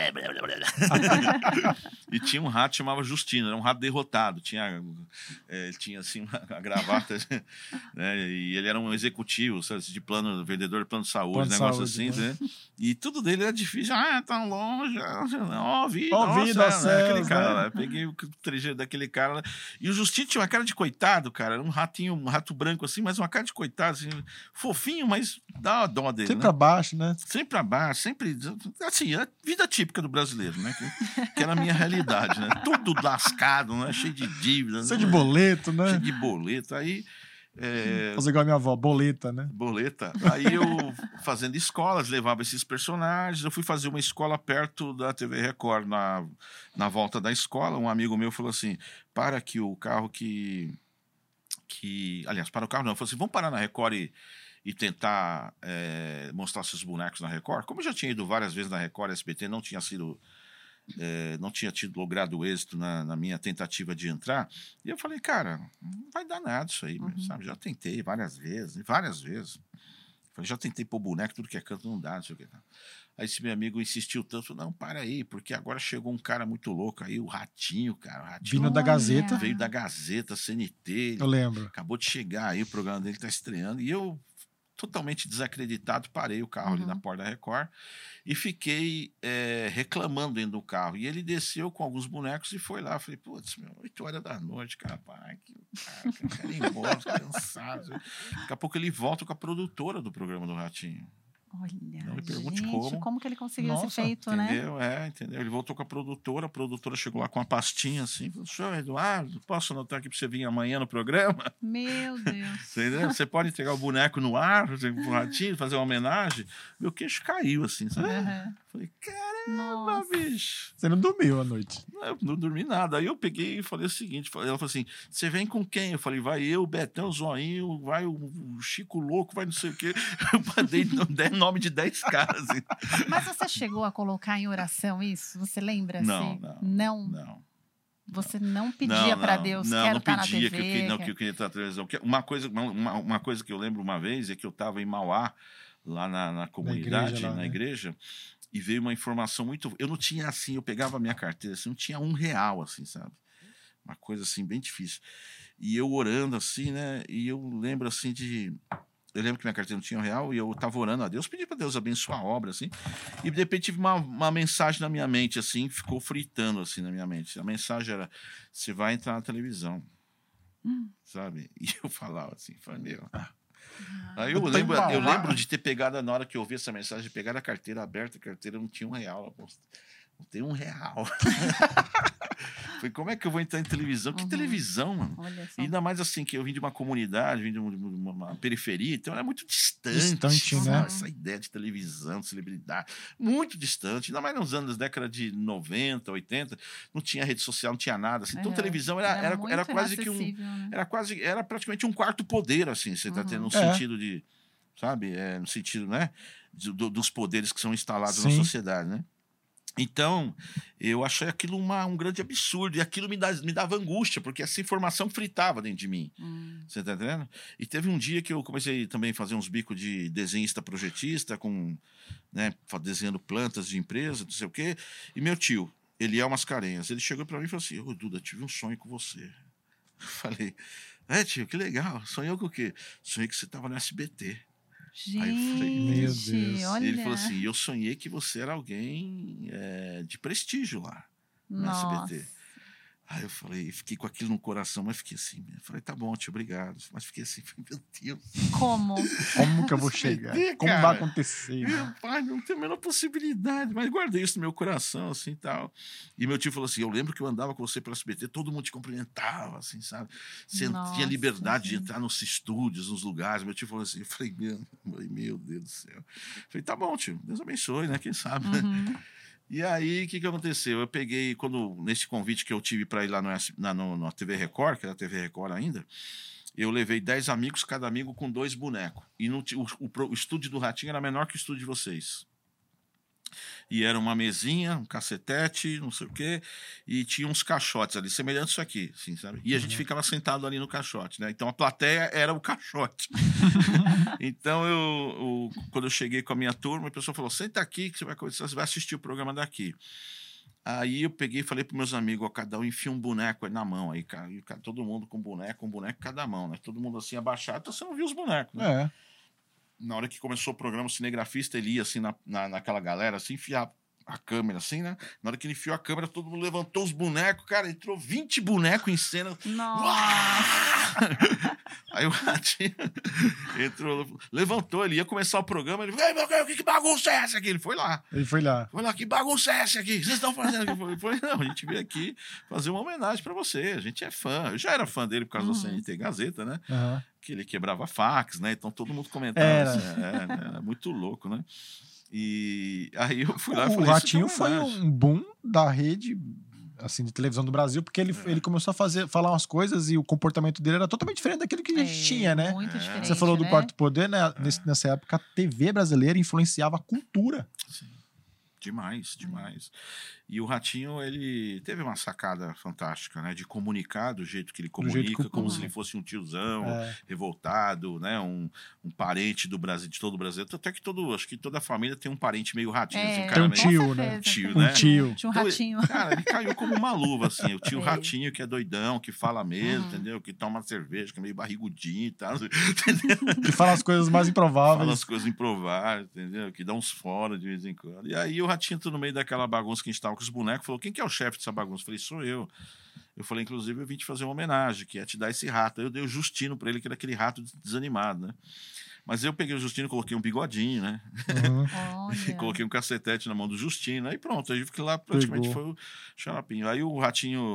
E tinha um rato que chamava Justino, era um rato derrotado. Tinha, é, tinha assim, uma gravata, né? E ele era um executivo, sabe, de plano, vendedor de plano de saúde, plano negócio saúde, assim, né? E tudo dele era difícil. Ah, tão longe, ó, vida, ó, vida, nossa, céus, aquele cara né? lá. Peguei o trejeito daquele cara lá. E o Justino tinha uma cara de coitado, cara, era um ratinho, um rato branco assim, mas uma cara de coitado, assim, fofinho, mas dá uma dó dele. Sempre né? abaixo, né? Sempre abaixo, sempre. Assim, a vida típica do brasileiro, né? Que, que era a minha realidade, né? Tudo lascado, né? Cheio de dívidas. Cheio né? de boleto, né? Cheio de boleto. Aí. É... Fazer igual a minha avó, boleta, né? Boleta. Aí eu, fazendo escolas, levava esses personagens. Eu fui fazer uma escola perto da T V Record. Na, na volta da escola, um amigo meu falou assim: para que o carro que. que aliás, para o carro não. Eu falei assim: vamos parar na Record e. e tentar é, mostrar seus bonecos na Record. Como eu já tinha ido várias vezes na Record, a S B T não tinha sido, é, não tinha tido logrado êxito na, na minha tentativa de entrar, e eu falei, cara, não vai dar nada isso aí, uhum. sabe? Já tentei várias vezes, várias vezes. Falei, já tentei pôr boneco, tudo que é canto não dá, não sei o que. Aí esse meu amigo insistiu tanto, não, para aí, porque agora chegou um cara muito louco aí, o Ratinho, cara. O Ratinho vindo da Gazeta. Veio da Gazeta, C N T. Eu lembro. Acabou de chegar aí, o programa dele tá estreando, e eu totalmente desacreditado, parei o carro uhum. ali na porta da Record e fiquei é, reclamando dentro do carro. E ele desceu com alguns bonecos e foi lá. Falei, putz, meu, oito horas da noite, cara, pai, que cara, que cara ir embora, cansado. Daqui a pouco ele volta com a produtora do programa do Ratinho. Olha, não me pergunte gente, como. como que ele conseguiu Nossa, esse feito, entendeu? né? É, entendeu? Ele voltou com a produtora, a produtora chegou lá com uma pastinha assim, falou, senhor Eduardo, posso anotar aqui para você vir amanhã no programa? Meu Deus. Entendeu? Você pode entregar o boneco no ar, o ratinho, fazer uma homenagem. Meu queixo caiu, assim, sabe? Uhum. Falei, caramba, Nossa. bicho. Você não dormiu à noite. Não, eu não dormi nada. Aí eu peguei e falei o seguinte, ela falou assim, você vem com quem? Eu falei, vai eu, o Betão, o Zoinho, vai o Chico Louco, vai não sei o quê. Eu dei, dei nome de dez caras. Assim. Mas você chegou a colocar em oração isso? Você lembra? Não, assim? não. Não? Não. Você não pedia para Deus, não, quero não estar pedia na T V? que eu, que, não, quer- que eu queria estar na televisão. Que Uma coisa, uma, uma coisa que eu lembro uma vez é que eu estava em Mauá, lá na, na comunidade, igreja lá, na né? igreja, e veio uma informação muito... Eu não tinha, assim, eu pegava a minha carteira, assim, não tinha um real, assim, sabe? Uma coisa, assim, bem difícil. E eu orando, assim, né? E eu lembro, assim, de... Eu lembro que minha carteira não tinha um real e eu estava orando a Deus, pedi para Deus abençoar a obra, assim. E, de repente, tive uma, uma mensagem na minha mente, assim, ficou fritando, assim, na minha mente. A mensagem era, você vai entrar na televisão, Hum. sabe? E eu falava assim, falei, meu... Ah. Aí eu Eu tô lembro, em Mauá. eu lembro de ter pegado, na hora que eu ouvi essa mensagem, de pegar a carteira aberta, a carteira não tinha um real. Não tem um real. Falei, como é que eu vou entrar em televisão? Que Uhum. televisão, mano? Olha só. E ainda mais assim, que eu vim de uma comunidade, vim de uma, de uma- uma periferia, então era muito distante. Distante, sabe? né? Essa ideia de televisão, de celebridade. Muito distante. Ainda mais nos anos, década de noventa, oitenta, não tinha rede social, não tinha nada. Assim. Então, É, televisão era, era, muito era quase que um. inacessível, né? Era quase, era praticamente um quarto poder, assim, você tá Uhum. tendo no É. sentido de, sabe, é, no sentido, né, de- do- dos poderes que são instalados na Sim. sociedade, né? Então, eu achei aquilo uma, um grande absurdo, e aquilo me, dá, me dava angústia, porque essa informação fritava dentro de mim, Hum. você tá entendendo? E teve um dia que eu comecei também a fazer uns bicos de desenhista projetista, com, né, fa- desenhando plantas de empresa, não sei o quê, e meu tio, Eliel Mascarenhas, ele chegou para mim e falou assim, ô Duda, tive um sonho com você. Eu falei, é tio, que legal, sonhou com o quê? Sonhei que você estava no S B T. Aí eu falei, Gente, meu Deus. olha. Ele falou assim, eu sonhei que você era alguém é, de prestígio lá no Nossa. S B T. Aí eu falei, fiquei com aquilo no coração, mas fiquei assim, eu falei, tá bom, tio, obrigado. Mas fiquei assim, falei, meu Deus. Como? Como que eu vou S B chegar? T, Como cara. vai acontecer? Meu Né? pai, não tem a menor possibilidade, mas guardei isso no meu coração, assim, tal. E meu tio falou assim, eu lembro que eu andava com você pelo S B T, todo mundo te cumprimentava, assim, sabe? Você Nossa, tinha liberdade de gente. entrar nos estúdios, nos lugares. Meu tio falou assim, eu falei, meu, eu falei, meu Deus do céu. Eu falei, tá bom, tio, Deus abençoe, né? Quem sabe, né? Uhum. E aí, o que, que aconteceu? Eu peguei, quando nesse convite que eu tive para ir lá no, S- na, no, na T V Record, que era a T V Record ainda, eu levei dez amigos, cada amigo com dois bonecos. E no, ti- o, o, pro- o estúdio do Ratinho era menor que o estúdio de vocês. E era uma mesinha, um cacetete, não sei o quê, e tinha uns caixotes ali, semelhantes a isso aqui, assim, sabe? E a gente ficava sentado ali no caixote, né? Então a plateia era o caixote. Então eu, eu- quando eu cheguei com a minha turma, a pessoa falou: senta aqui que você vai, começar- você vai assistir o programa daqui. Aí eu peguei e falei para meus amigos: ó, cada um enfia um boneco aí na mão, aí, cara, e, cara, todo mundo com boneco, um boneco em cada mão, né? Todo mundo assim abaixado, então você não viu os bonecos, né? É. Na hora que começou o programa, o cinegrafista, ele ia assim na, na, naquela galera, assim, enfiar a câmera, assim, né? Na hora que ele enfiou a câmera, todo mundo levantou os bonecos, cara, entrou vinte bonecos em cena. Nossa. Aí o Ratinho entrou, levantou, ele ia começar o programa, ele falou: "Ei, meu Deus, que, que bagunça é essa aqui?" Ele foi lá. Ele foi lá. Foi lá, que bagunça é essa aqui? O que vocês estão fazendo aqui? Eu falei, não, a gente veio aqui fazer uma homenagem pra você. A gente é fã. Eu já era fã dele por causa Uhum. da C N T Gazeta, né? Aham. Que ele quebrava fax, né? Então todo mundo comentava. Era. Assim, é, né? Era muito louco, né? E aí eu fui lá e O falei: Ratinho "Isso é uma foi homenagem." um boom da rede assim, de televisão do Brasil, porque ele, É. ele começou a fazer, falar umas coisas e o comportamento dele era totalmente diferente daquilo que a gente É, tinha, né? Muito É. diferente. Você falou do né? Quarto Poder, né? Nesse- nessa época, a T V brasileira influenciava a cultura. Sim. Demais, demais. E o Ratinho, ele teve uma sacada fantástica, né? De comunicar do jeito que ele Do jeito comunica, que- como Uhum. se ele fosse um tiozão, É. revoltado, né? Um, um parente do Brasil, de todo o Brasil. Até que todo, acho que toda a família tem um parente meio Ratinho. assim, um É, cara Tem um meio- com tio, né? certeza, Tio, tem né? Um tio. Tinha um Então, ratinho. Cara, ele caiu como uma luva, assim. O tio É. Ratinho, que é doidão, que fala mesmo, Uhum. entendeu? Que toma cerveja, que é meio barrigudinho e tal. Entendeu? Que fala as coisas mais improváveis. Fala as coisas improváveis, entendeu? Que dá uns fora de vez em quando. E aí o Ratinho entrou no meio daquela bagunça que a gente tava com os bonecos, falou: quem que é o chefe dessa bagunça? Eu falei: sou eu. Eu falei: inclusive, eu vim te fazer uma homenagem, que é te dar esse rato. Aí eu dei o Justino pra ele, que era aquele rato desanimado, né? Mas eu peguei o Justino, coloquei um bigodinho, né? Uhum. Olha. Coloquei um cacetete na mão do Justino, aí pronto, aí fiquei lá, praticamente Pegou. foi o xaropinho. Aí o Ratinho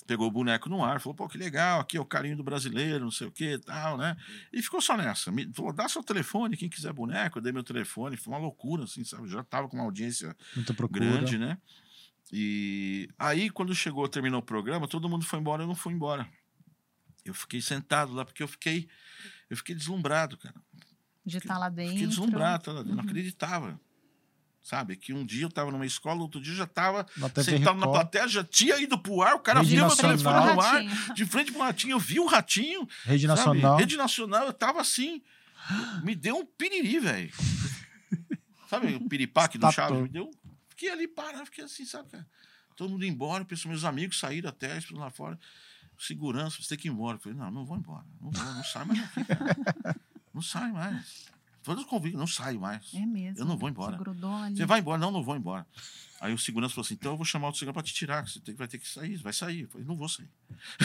pegou o boneco no ar, falou, pô, que legal, aqui é o carinho do brasileiro, não sei o que e tal, né? E ficou só nessa. Me falou, dá seu telefone, quem quiser boneco. Eu dei meu telefone, foi uma loucura, assim, sabe? Eu já tava com uma audiência Muita procura. grande, né? E aí, quando chegou, terminou o programa, todo mundo foi embora, eu não fui embora. Eu fiquei sentado lá, porque eu fiquei, eu fiquei deslumbrado, cara. De estar lá dentro. Fiquei deslumbrado, tá lá dentro, Uhum. não acreditava. Sabe, que um dia eu estava numa escola, outro dia eu já estava Na T V sentado na Record. plateia, já tinha ido pro ar, o cara Rede viu meu Nacional. telefone no ar, Ratinho. de frente pro ratinho, eu vi o ratinho, Rede sabe? Nacional. Rede Nacional, eu tava assim, me deu um piriri, velho. Sabe o piripaque do Estatou. Chaves? Me deu, fiquei ali parado, fiquei assim, sabe, cara? Todo mundo ia embora, pessoal, meus amigos saíram até, eles lá fora, segurança, você tem que ir embora. Eu falei, não, não vou embora, não vou, não sai mais daqui, cara. Não sai mais. Todos convictos, não saio mais. É mesmo. Eu não vou embora. Você grudou ali. Você vai embora? Não, não vou embora. Aí o segurança falou assim, então eu vou chamar o segurança para te tirar, que você tem, vai ter que sair, vai sair. Eu falei, não vou sair.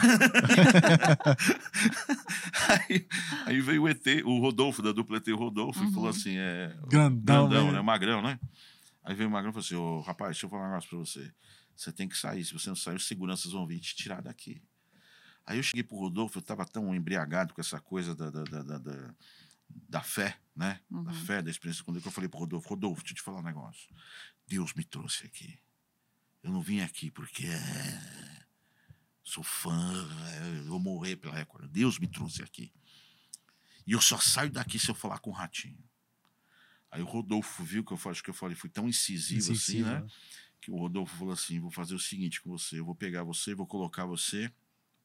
aí, aí veio o E T, o Rodolfo, da dupla E T, o Rodolfo, Uhum. e falou assim, é... Grandão, grandão, né? né? Magrão, né? Aí veio o Magrão e falou assim, ô, rapaz, deixa eu falar um negócio pra você. Você tem que sair, se você não sair, os seguranças vão vir te tirar daqui. Aí eu cheguei pro Rodolfo, eu tava tão embriagado com essa coisa da... da, da, da, da da fé, né? Uhum. Da fé, da experiência com Deus, que eu falei pro Rodolfo, Rodolfo, deixa eu te falar um negócio. Deus me trouxe aqui. Eu não vim aqui porque é, sou fã, é, eu vou morrer pela Record. Deus me trouxe aqui. E eu só saio daqui se eu falar com o Ratinho. Aí o Rodolfo viu que eu acho que eu falei, fui tão incisivo, Incisivo, assim, né? né? Que o Rodolfo falou assim, vou fazer o seguinte com você, eu vou pegar você, vou colocar você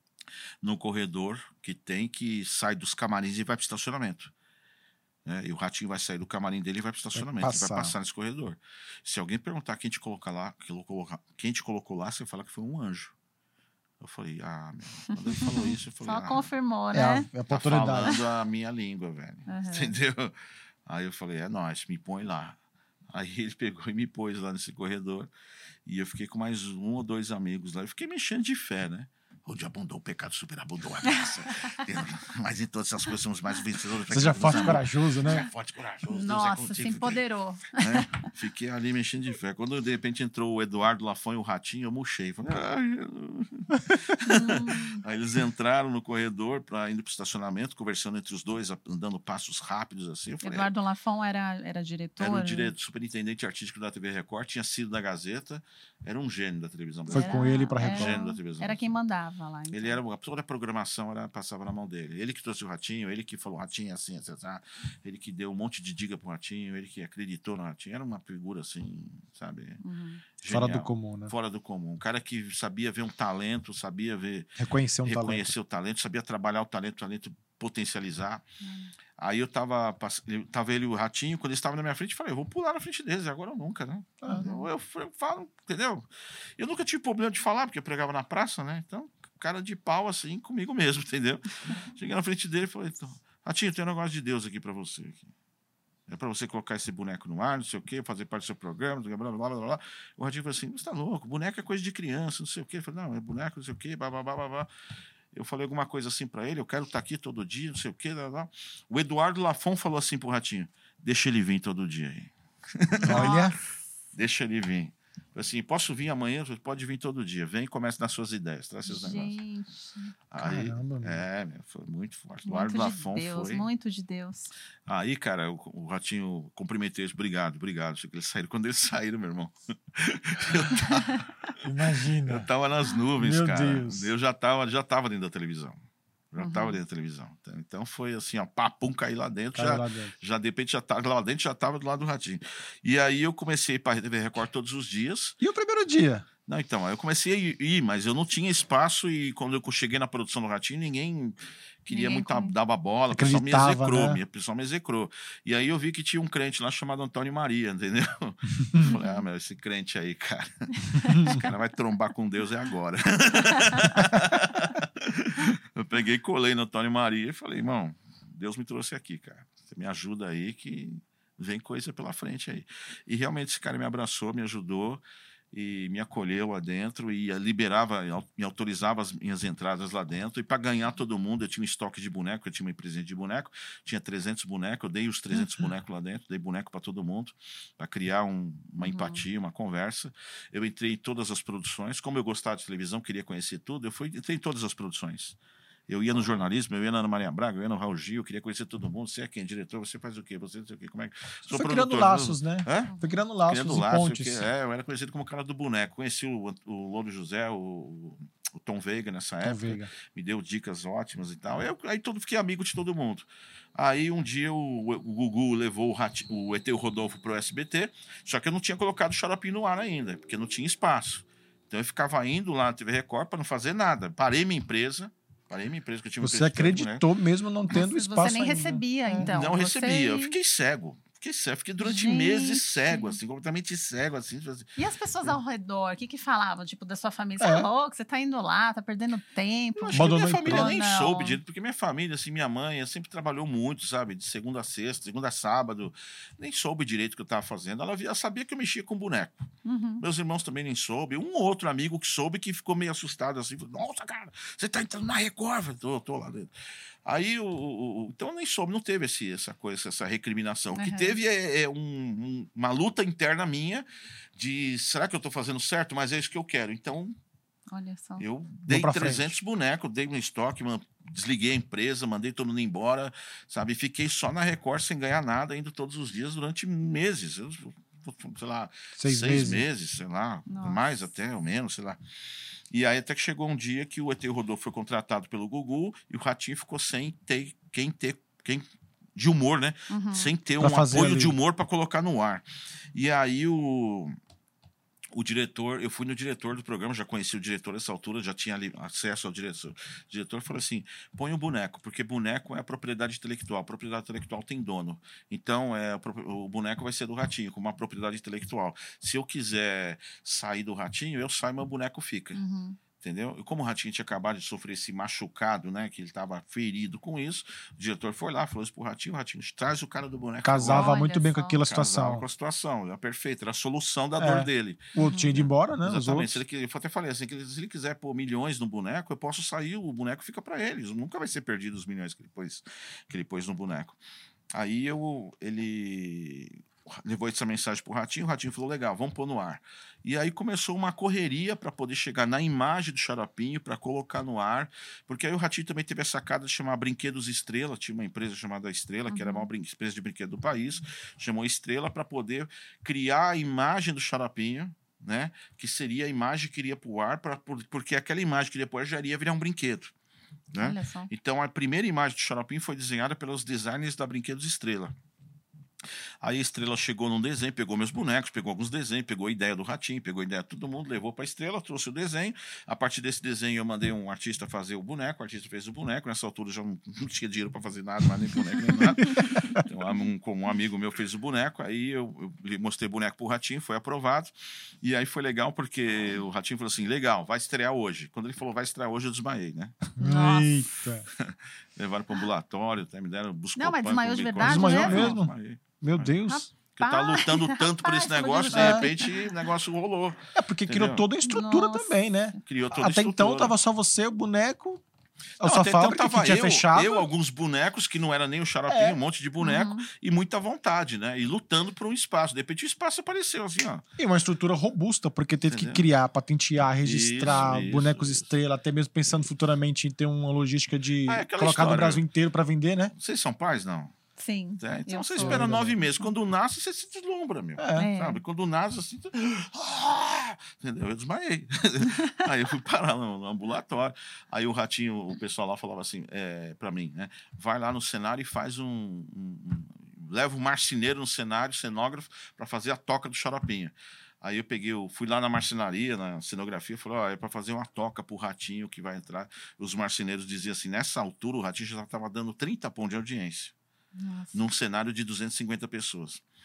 no corredor que tem, que sai dos camarins e vai pro estacionamento. Né? E o Ratinho vai sair do camarim dele e vai pro estacionamento. Vai Ele vai passar. passar nesse corredor. Se alguém perguntar quem te colocar lá, quem te colocou lá, você fala que foi um anjo. Eu falei, ah, meu. Quando ele falou isso, eu falei, Só ah, confirmou, É a, né? é a tá oportunidade. falando a minha língua, velho. Uhum. Entendeu? Aí eu falei, é nóis, me põe lá. Aí ele pegou e me pôs lá nesse corredor. E eu fiquei com mais um ou dois amigos lá. Eu fiquei mexendo de fé, né? Onde abundou o pecado, superabundou a graça. Mas em todas essas coisas somos mais vencedores. Seja forte e corajoso, Seja né? forte e corajoso. Deus é Nossa, contigo, se velho. empoderou. Né? Fiquei ali mexendo de fé. Quando de repente entrou o Eduardo Lafon e o Ratinho, eu murchei. Falei, ai, Jesus. Hum, Aí eles entraram no corredor para indo para o estacionamento, conversando entre os dois, andando passos rápidos assim. Eu falei, Eduardo Lafon era, era diretor? era o diretor, superintendente artístico da T V Record, tinha sido da Gazeta, era um gênio da televisão Foi brasileira. com ele pra era- Record. Gênio da televisão. Era quem mandava lá. então. Ele era a toda a programação era, passava na mão dele. Ele que trouxe o Ratinho, ele que falou Ratinho é assim, assim, assim, ele que deu um monte de dica pro Ratinho, ele que acreditou no Ratinho. Era uma figura assim, sabe? Uhum. Fora genial. do comum, né? Fora do comum. Um cara que sabia ver um talento, sabia ver, Reconhecer um talento. reconhecer o talento, sabia trabalhar o talento, o talento potencializar. Hum. Aí eu tava, pass- eu tava ele e o Ratinho, quando eles estavam na minha frente, eu falei, eu vou pular na frente deles, agora ou nunca, né? Ah, Eu, eu, eu falo, entendeu? Eu nunca tive problema de falar, porque eu pregava na praça, né? Então, cara de pau assim, comigo mesmo, entendeu? Cheguei na frente dele e falei, então, Ratinho, tem um negócio de Deus aqui pra você. Aqui. É pra você colocar esse boneco no ar, não sei o quê, fazer parte do seu programa, blá, blá, blá, blá, blá. O Ratinho falou assim, você tá louco, boneco é coisa de criança, não sei o quê. Eu falei, não, é boneco, não sei o quê, blá, blá, blá, blá, blá. Eu falei alguma coisa assim pra ele, eu quero estar aqui todo dia, não sei o quê, blá, blá. O Eduardo Lafon falou assim pro Ratinho, deixa ele vir todo dia aí. Olha, Deixa ele vir. Falei assim, posso vir amanhã? Eu falei, pode vir todo dia. Vem e comece nas suas ideias, traz seus negócios. Gente, Aí, caramba, meu. é, meu, foi muito forte. muito Eduardo de Lafon Deus, foi. muito de Deus. Aí, cara, o, o Ratinho cumprimentei eles, obrigado, obrigado. Achei que eles saíram. Quando eles saíram, meu irmão, imagina. eu tava nas nuvens, Meu cara. Deus. Eu já tava, já tava dentro da televisão. Já Uhum. tava dentro da televisão. Então, então foi assim, ó, papum, caí lá dentro. Caiu Já, lá dentro. já, de repente, já tava lá dentro, já tava do lado do Ratinho. E aí eu comecei para a T V Record todos os dias. E o primeiro dia? Não, então, aí eu comecei a ir, mas eu não tinha espaço e quando eu cheguei na produção do Ratinho, ninguém queria Ninguém muito, com- dava bola, o pessoal me Acreditava, execrou, né? me- o pessoal me execrou. E aí eu vi que tinha um crente lá chamado Antônio Maria, entendeu? Eu falei, ah, meu, esse crente aí, cara, esse cara vai trombar com Deus é agora. Eu peguei e colei no Antônio Maria e falei, irmão, Deus me trouxe aqui, cara. Você me ajuda aí que vem coisa pela frente aí. E realmente esse cara me abraçou, me ajudou. e me acolheu lá dentro e liberava, me autorizava as minhas entradas lá dentro. E para ganhar todo mundo, eu tinha um estoque de boneco, eu tinha uma empresa de boneco, tinha trezentos bonecos, eu dei os trezentos uhum. bonecos lá dentro, dei boneco para todo mundo, para criar um, uma uhum. empatia, uma conversa. Eu entrei em todas as produções, como eu gostava de televisão, queria conhecer tudo, eu fui, entrei em todas as produções. Eu ia no jornalismo, eu ia na Ana Maria Braga, eu ia no Raul Gil, eu queria conhecer todo mundo. Você é quem? Diretor? Você faz o quê? Você não sei o quê? Como é que... Sou Foi criando laços, né? Hã? Foi criando laços criando e laços, pontes. Eu, é, eu era conhecido como o cara do boneco. Conheci o, o Louro José, o, o Tom Veiga nessa Tom época. Veiga. Me deu dicas ótimas e tal. Eu, aí todo, fiquei amigo de todo mundo. Aí um dia o, o Gugu levou o, Rat, o E T Rodolfo para o S B T, só que eu não tinha colocado o Xaropim no ar ainda, porque não tinha espaço. Então eu ficava indo lá na T V Record para não fazer nada. Parei minha empresa. Parei minha empresa, que eu tinha uma Você acreditou mesmo não tendo Mas espaço Você nem ainda. recebia, então. Não você... recebia. Eu fiquei cego. Fiquei cego. Fiquei durante Gente. meses cego, assim, completamente cego, assim. E as pessoas ao redor, o que que falavam? Tipo, da sua família? Você é, é louco? Você tá indo lá, tá perdendo tempo? Eu acho que minha família nem não. soube direito, porque minha família, assim, minha mãe, sempre trabalhou muito, sabe? De segunda a sexta, segunda a sábado. Nem soube direito o que eu tava fazendo. Ela, ela sabia que eu mexia com boneco. Uhum. Meus irmãos também nem soube. Um outro amigo que soube que ficou meio assustado, assim. Nossa, cara, você tá entrando na Record. Tô, tô lá dentro. Aí, o, o, então, nem soube, não teve esse, essa coisa, essa recriminação. Uhum. O que teve é, é um, um, uma luta interna minha de, será que eu estou fazendo certo? Mas é isso que eu quero. Então, Olha só. eu dei trezentos bonecos, dei um estoque, desliguei a empresa, mandei todo mundo embora, sabe? Fiquei só na Record sem ganhar nada, indo todos os dias durante meses. Eu, sei lá, seis, seis meses. meses, sei lá, Nossa. mais até, ou menos, sei lá. E aí até que chegou um dia que o E T Rodolfo foi contratado pelo Gugu e o Ratinho ficou sem ter quem ter quem de humor, né? Uhum. Sem ter pra um apoio ali. de humor para colocar no ar. E aí o o diretor, eu fui no diretor do programa, já conheci o diretor nessa altura, já tinha ali acesso ao diretor. O diretor falou assim: põe o boneco, porque boneco é a propriedade intelectual. A propriedade intelectual tem dono. Então, é, o boneco vai ser do Ratinho, como uma propriedade intelectual. Se eu quiser sair do Ratinho, eu saio, meu boneco fica. Uhum. Entendeu? E como o Ratinho tinha acabado de sofrer esse machucado, né? Que ele estava ferido com isso, o diretor foi lá, falou isso pro Ratinho: o Ratinho, traz o cara do boneco. Casava agora. muito Olha bem só. com aquela situação. Casava com a situação, era perfeito, era a solução da é. dor dele. O outro tinha ido embora, né? Exatamente. Se ele, eu até falei assim: que se ele quiser pôr milhões no boneco, eu posso sair, o boneco fica para eles. Nunca vai ser perdido os milhões que ele pôs, que ele pôs no boneco. Aí eu, ele levou essa mensagem pro Ratinho, o Ratinho falou: legal, vamos pôr no ar. E aí começou uma correria para poder chegar na imagem do Xaropinho, para colocar no ar, porque aí o Ratinho também teve a sacada de chamar Brinquedos Estrela, tinha uma empresa chamada Estrela, uhum. que era a maior empresa de brinquedo do país, chamou Estrela para poder criar a imagem do Xaropinho, né, que seria a imagem que iria pro ar, pra, porque aquela imagem que iria pro ar já iria virar um brinquedo. Né? Então a primeira imagem do Xaropinho foi desenhada pelos designers da Brinquedos Estrela. Aí a Estrela chegou num desenho, pegou meus bonecos, pegou alguns desenhos, pegou a ideia do Ratinho, pegou a ideia de todo mundo, levou para a Estrela, trouxe o desenho. A partir desse desenho eu mandei um artista fazer o boneco, o artista fez o boneco. Nessa altura eu já não, não tinha dinheiro para fazer nada, mas nem boneco nem nada. Então um, como um amigo meu fez o boneco, aí eu, eu mostrei o boneco pro Ratinho, foi aprovado. E aí foi legal porque o Ratinho falou assim: legal, vai estrear hoje. Quando ele falou vai estrear hoje, eu desmaiei, né? Eita! Levaram para o ambulatório, até me deram buscar. Não, mas desmaiou de verdade, desmaiou mesmo? Meu Deus. Rapaz, que eu tava lutando tanto por esse negócio, de repente o negócio rolou. É porque entendeu? Criou toda a estrutura Nossa. também, né? Criou toda a Até estrutura. então tava só você, o boneco, a não, sua até fábrica então que tinha eu, fechado. Eu, alguns bonecos, que não era nem o Xaropinho, é. um monte de boneco, uhum. e muita vontade, né? E lutando por um espaço. De repente o espaço apareceu, assim, ó. E uma estrutura robusta, porque teve entendeu? que criar, patentear, registrar isso, bonecos isso, estrela, isso. até mesmo pensando futuramente em ter uma logística de ah, é colocar história. no Brasil inteiro para vender, né? Vocês são pais, não? Sim. É, então você espera sou. nove meses. Quando nasce, você se deslumbra, meu. É. Sabe? Quando nasce, assim. Tu... Entendeu? Eu desmaiei. Aí eu fui parar no, no ambulatório. Aí o Ratinho, o pessoal lá falava assim, é, pra mim, né? Vai lá no cenário e faz um. um, um leva um marceneiro no cenário, cenógrafo, para fazer a toca do Xaropinho. Aí eu peguei, eu fui lá na marcenaria, na cenografia, falei: ó, é para fazer uma toca pro Ratinho que vai entrar. Os marceneiros diziam assim: nessa altura o Ratinho já estava dando trinta pontos de audiência. Nossa. Num cenário de duzentas e cinquenta pessoas.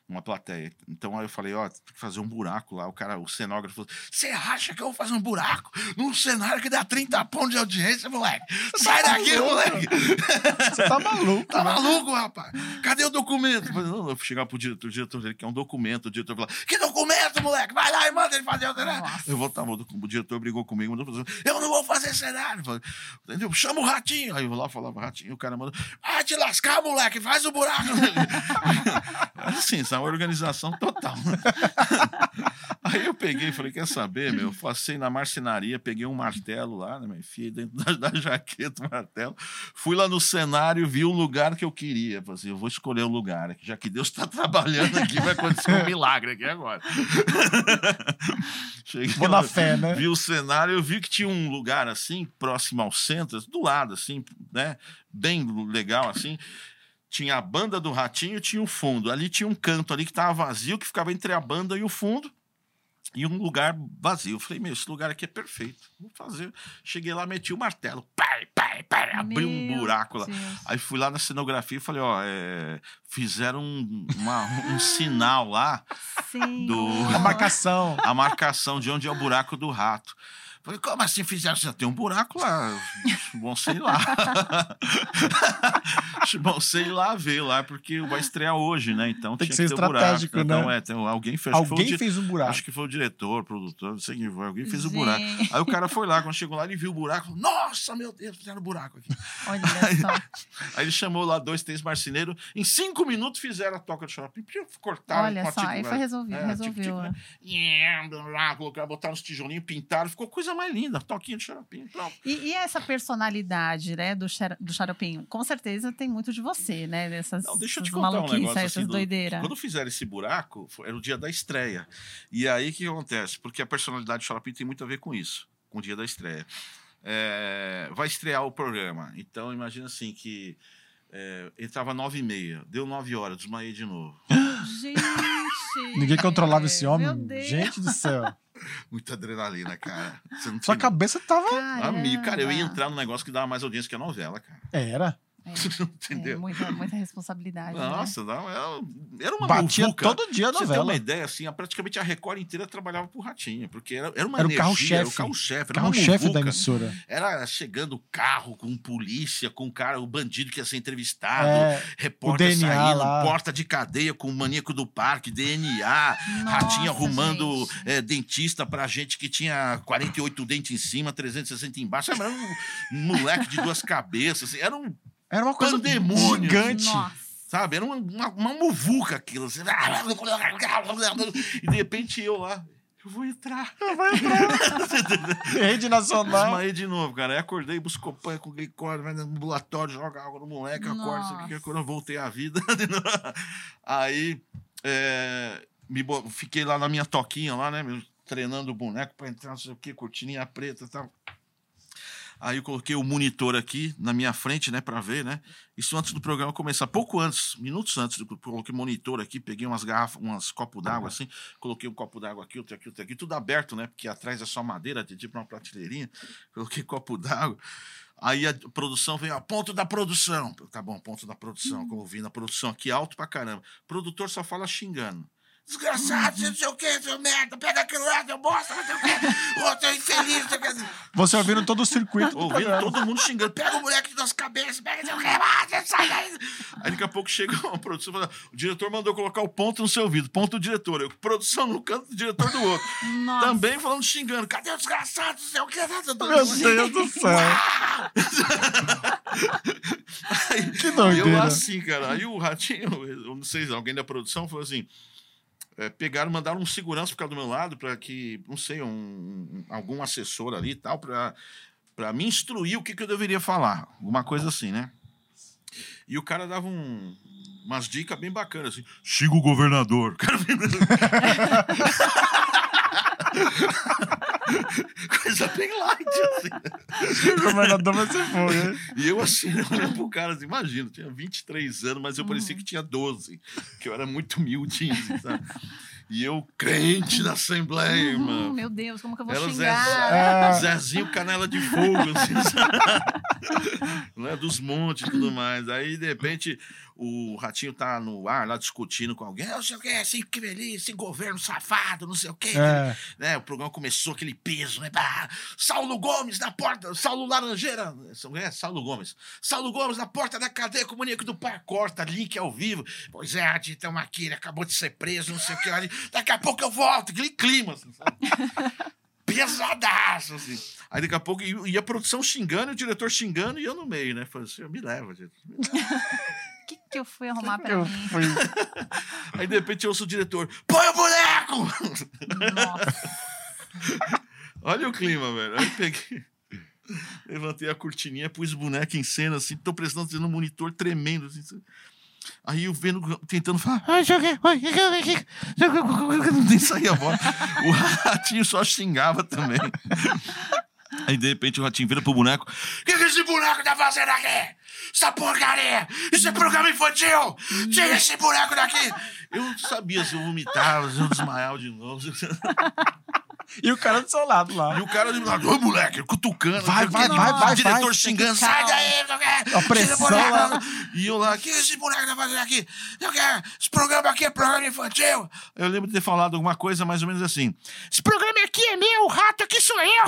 uma plateia. Então aí eu falei, ó, tem que fazer um buraco lá. O cara, o cenógrafo falou, você acha que eu vou fazer um buraco num cenário que dá trinta pontos de audiência, moleque? Sai daqui, moleque! Você tá maluco, Tá né? maluco, rapaz? Cadê o documento? Eu falei, não, eu fui chegar pro diretor, o diretor dele, que é um documento, o diretor falou, que documento, moleque? Vai lá e manda ele fazer o cenário. Eu vou, tá, o diretor brigou comigo, mandou fazer, eu não vou fazer cenário. Eu falei, entendeu? Chama o Ratinho. Aí eu vou lá, falava Ratinho, o cara mandou, vai te lascar, moleque, faz o buraco. Assim, isso é uma organização total. Aí eu peguei e falei, quer saber, meu? Passei na marcenaria, peguei um martelo lá, né? Enfiei dentro da, da jaqueta o martelo. Fui lá no cenário, vi o lugar que eu queria. Falei assim, eu vou escolher o lugar, já que Deus está trabalhando aqui, vai acontecer um milagre aqui agora. Cheguei Vou lá, na fé, né? Vi o cenário, eu vi que tinha um lugar assim, próximo ao centro, do lado, assim, né? Bem legal, assim. Tinha a banda do Ratinho, tinha o fundo. Ali tinha um canto ali que estava vazio, que ficava entre a banda e o fundo. E um lugar vazio. Eu falei, meu, esse lugar aqui é perfeito. Vou fazer. Cheguei lá, meti o martelo. Pai, pai, pai. Abri um buraco lá. Deus. Aí fui lá na cenografia e falei, ó, é, fizeram um, uma, um sinal lá. Sim. Do... A marcação. A marcação de onde é o buraco do rato. Falei, como assim fizeram? Já tem um buraco lá. Bom, sei lá. Bom, sei lá ver lá, porque vai estrear hoje, né? Então Tem tinha que ser ter um estratégico, buraco. né? Então, é, tem, alguém fez. acho que foi o Alguém di- fez um buraco. Acho que foi o diretor, o produtor, não sei quem foi. Alguém fez o Gente. buraco. Aí o cara foi lá, quando chegou lá, ele viu o buraco. Falou, nossa, meu Deus, fizeram um buraco aqui. Olha só. Aí ele chamou lá dois, três marceneiros. Em cinco minutos fizeram a toca do xarope. Cortaram. Olha uma só, tica- aí foi resolvido, é, resolveu, tic-tic, né? né? Yeah, colocaram, botaram os tijolinhos, pintaram. Ficou coisa mais linda. Toquinha de xaropinho. Pronto. E, e essa personalidade, né, do, xara- do Xaropinho? Com certeza tem muito de você, né? Dessas Não, deixa eu te essas contar um maluquices, negócio essas assim. do- doideiras. Quando fizeram esse buraco, foi- era o dia da estreia. E aí o que acontece? Porque a personalidade do Xaropinho tem muito a ver com isso, com o dia da estreia. É, vai estrear o programa. Então imagina assim que é, ele estava nove e meia, deu nove horas, desmaiei de novo. Gente! Ninguém controlava esse homem. Meu Deus. Gente do céu. Muita adrenalina, cara. Você não Sua tem- cabeça tava. Amigo, cara, eu ia Caramba. entrar num negócio que dava mais audiência que a novela, cara. Era. Entendeu? É, muita, muita responsabilidade. né? Nossa, não, era, era uma Batia muvuca. todo dia a Pra Você tem novela. uma ideia, assim, a- praticamente a Record inteira trabalhava pro Ratinho, porque era, era uma Era o energia, carro-chefe. era o carro-chefe, era uma Carro-chefe da muvuca. emissora. Era chegando carro com polícia, com o cara, o bandido que ia ser entrevistado, É, repórter o D N A saindo, lá. porta de cadeia com o maníaco do parque, D N A, Nossa, Ratinho arrumando gente. é, dentista pra gente que tinha quarenta e oito dentes em cima, trezentos e sessenta embaixo. Era um moleque de duas cabeças, assim, era um, Era uma coisa Pandemônio. gigante. Nossa. sabe, era uma, uma, uma muvuca aquilo. Assim. E de repente eu lá, eu vou entrar. Eu vou entrar. Rede Nacional. Desmaiei de novo, cara. Aí acordei, buscopan com glicose, vai no ambulatório, joga água no moleque, acorda, isso aqui, quando eu voltei à vida. Aí é, me, bo- fiquei lá na minha toquinha, lá, né? Treinando o boneco pra entrar, não sei o que, cortininha preta e tal. Aí eu coloquei o monitor aqui na minha frente, né, pra ver, né? Isso antes do programa começar. Pouco antes, minutos antes, eu coloquei o monitor aqui, peguei umas garrafas, umas copos d'água assim, coloquei um copo d'água aqui, outro aqui, outro aqui, tudo aberto, né? Porque atrás é só madeira, tem tipo uma prateleirinha. Coloquei copo d'água. Aí a produção veio, ó, ponto da produção. Tá bom, ponto da produção, como eu vi na produção aqui, alto pra caramba. O produtor só fala xingando. Desgraçado, você não sei o que, seu merda, pega aquilo lá, seu bosta, não sei o que, ô, seu infeliz, não sei o que. Você ouvindo todo o circuito do Ouvindo programa. todo mundo xingando, pega o moleque das cabeças, pega seu remate, sai daí. Aí daqui a pouco chega uma produção, fala, o diretor mandou colocar o ponto no seu ouvido, ponto do diretor, eu, produção no canto, diretor do outro. Nossa. Também falando xingando, cadê o desgraçado, não sei o que. Meu Deus do céu. Aí, Que doideira. eu assim, cara, aí o Ratinho, eu não sei, alguém da produção falou assim, é, pegaram, mandaram um segurança ficar do meu lado para que, não sei, um, um- algum assessor ali e tal, para para me instruir o que, que eu deveria falar. Alguma coisa assim, né? E o cara dava um, umas dicas bem bacanas, assim, xinga o governador. Coisa bem light, assim. O governador vai ser fogo, hein? E eu assim, olhando pro cara, assim, imagina, eu tinha vinte e três anos, mas eu parecia que tinha doze, que eu era muito miudinho, assim, sabe? E eu, crente da Assembleia, Uhum, irmão. meu Deus, como que eu vou Era o xingar? Zé, Zezinho Canela de Fogo, assim, não é? Dos montes e tudo mais. Aí, de repente, o Ratinho tá no ar lá discutindo com alguém. Não sei o que, esse, esse governo safado, não sei o que. É. Né? O programa começou aquele peso, né? Ah, Saulo Gomes na porta, Saulo Laranjeira. É, Saulo Gomes. Saulo Gomes na porta da cadeia comunica do Par Corta, link ao vivo. Pois é, estamos aqui, ele acabou de ser preso, não sei o que. Daqui a pouco eu volto, aquele clima, assim, sabe? Pesadaço, assim. Aí daqui a pouco ia a produção xingando, o diretor xingando e eu no meio, né? Falei assim, me leva, gente. O que, que eu fui arrumar pra Eu mim? fui... Aí de repente eu ouço o diretor, põe o boneco! Nossa. Olha o clima, velho. Aí eu peguei, levantei a cortininha, pus o boneco em cena, assim, tô prestando atenção no monitor tremendo, assim. Aí eu vendo, tentando falar, nem saía a voz. O Ratinho só xingava também. Aí de repente o Ratinho vira pro boneco, o que, que esse boneco tá fazendo aqui? Essa porcaria! Isso é programa infantil! Tira esse boneco daqui! Eu não sabia se eu vomitava, se eu desmaiava de novo. E o cara do seu lado lá. E o cara de lado, ô moleque, cutucando. Vai, vai, aquele, vai, vai, o diretor vai. xingando, sai daí, não quer. A pressão lá. E eu lá, o que esse boneco tá fazendo aqui? Não quer. Esse programa aqui é programa infantil. Eu lembro de ter falado alguma coisa mais ou menos assim. Esse programa aqui é meu, o rato aqui sou eu.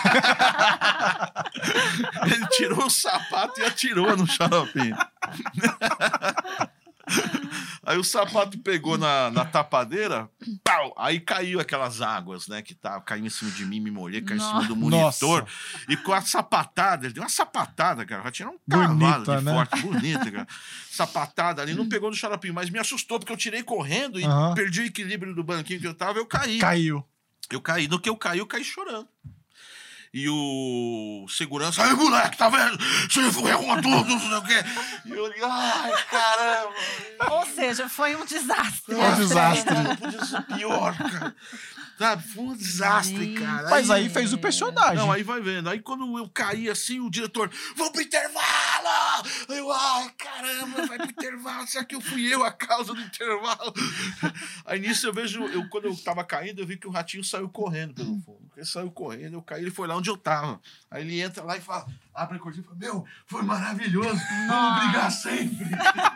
Ele tirou o sapato e atirou no xaropinho. Aí o sapato pegou na, na tapadeira, pau, aí caiu aquelas águas, né, que tá, caiu em cima de mim, me molhei, caiu em cima do monitor. Nossa. E com a sapatada, ele deu uma sapatada, cara, já tinha um cavalo bonita, de né? forte, bonita, cara. Sapatada ali, não pegou no xaropinho, mas me assustou, porque eu tirei correndo e uhum. perdi o equilíbrio do banquinho que eu tava, eu caí. Caiu. Eu caí, no que eu caí, eu caí chorando. E o segurança, ai, moleque, tá vendo? Você foi arrumar tudo, não sei o quê. E eu olhei, ai, caramba. Ou seja, foi um desastre. Foi um desastre. Não podia ser pior, cara. Sabe? Foi um desastre, Gente. cara. Mas aí fez o personagem. Não, aí vai vendo. Aí quando eu caí assim, o diretor, vamos pro intervalo! Eu, ai, caramba, vai pro intervalo. Será que eu fui eu a causa do intervalo? Aí nisso eu vejo, eu, quando eu tava caindo, eu vi que o Ratinho saiu correndo pelo fundo. Ele saiu correndo, eu caí, ele foi lá onde eu tava. Aí ele entra lá e fala, abre a cortina e fala, meu, foi maravilhoso, vamos brigar sempre.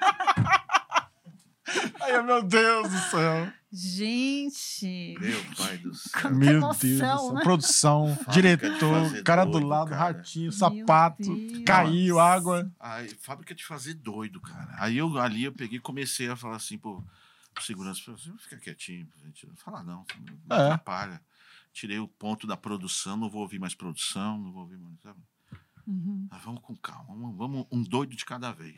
Ai, meu Deus do céu. Gente. Meu pai do céu. Meu emoção, Deus do céu. Né? Produção, fábrica diretor, cara doido, do lado, cara. Ratinho, sapato, Deus. Caiu, Nossa. água. Aí, fábrica de fazer doido, cara. Aí eu ali eu peguei e comecei a falar assim, pô, segurança, você fica quietinho, gente. Não fala não, não é. atrapalha. Tirei o ponto da produção, não vou ouvir mais produção, não vou ouvir mais, sabe? Uhum. Mas vamos com calma, vamos, vamos um doido de cada vez.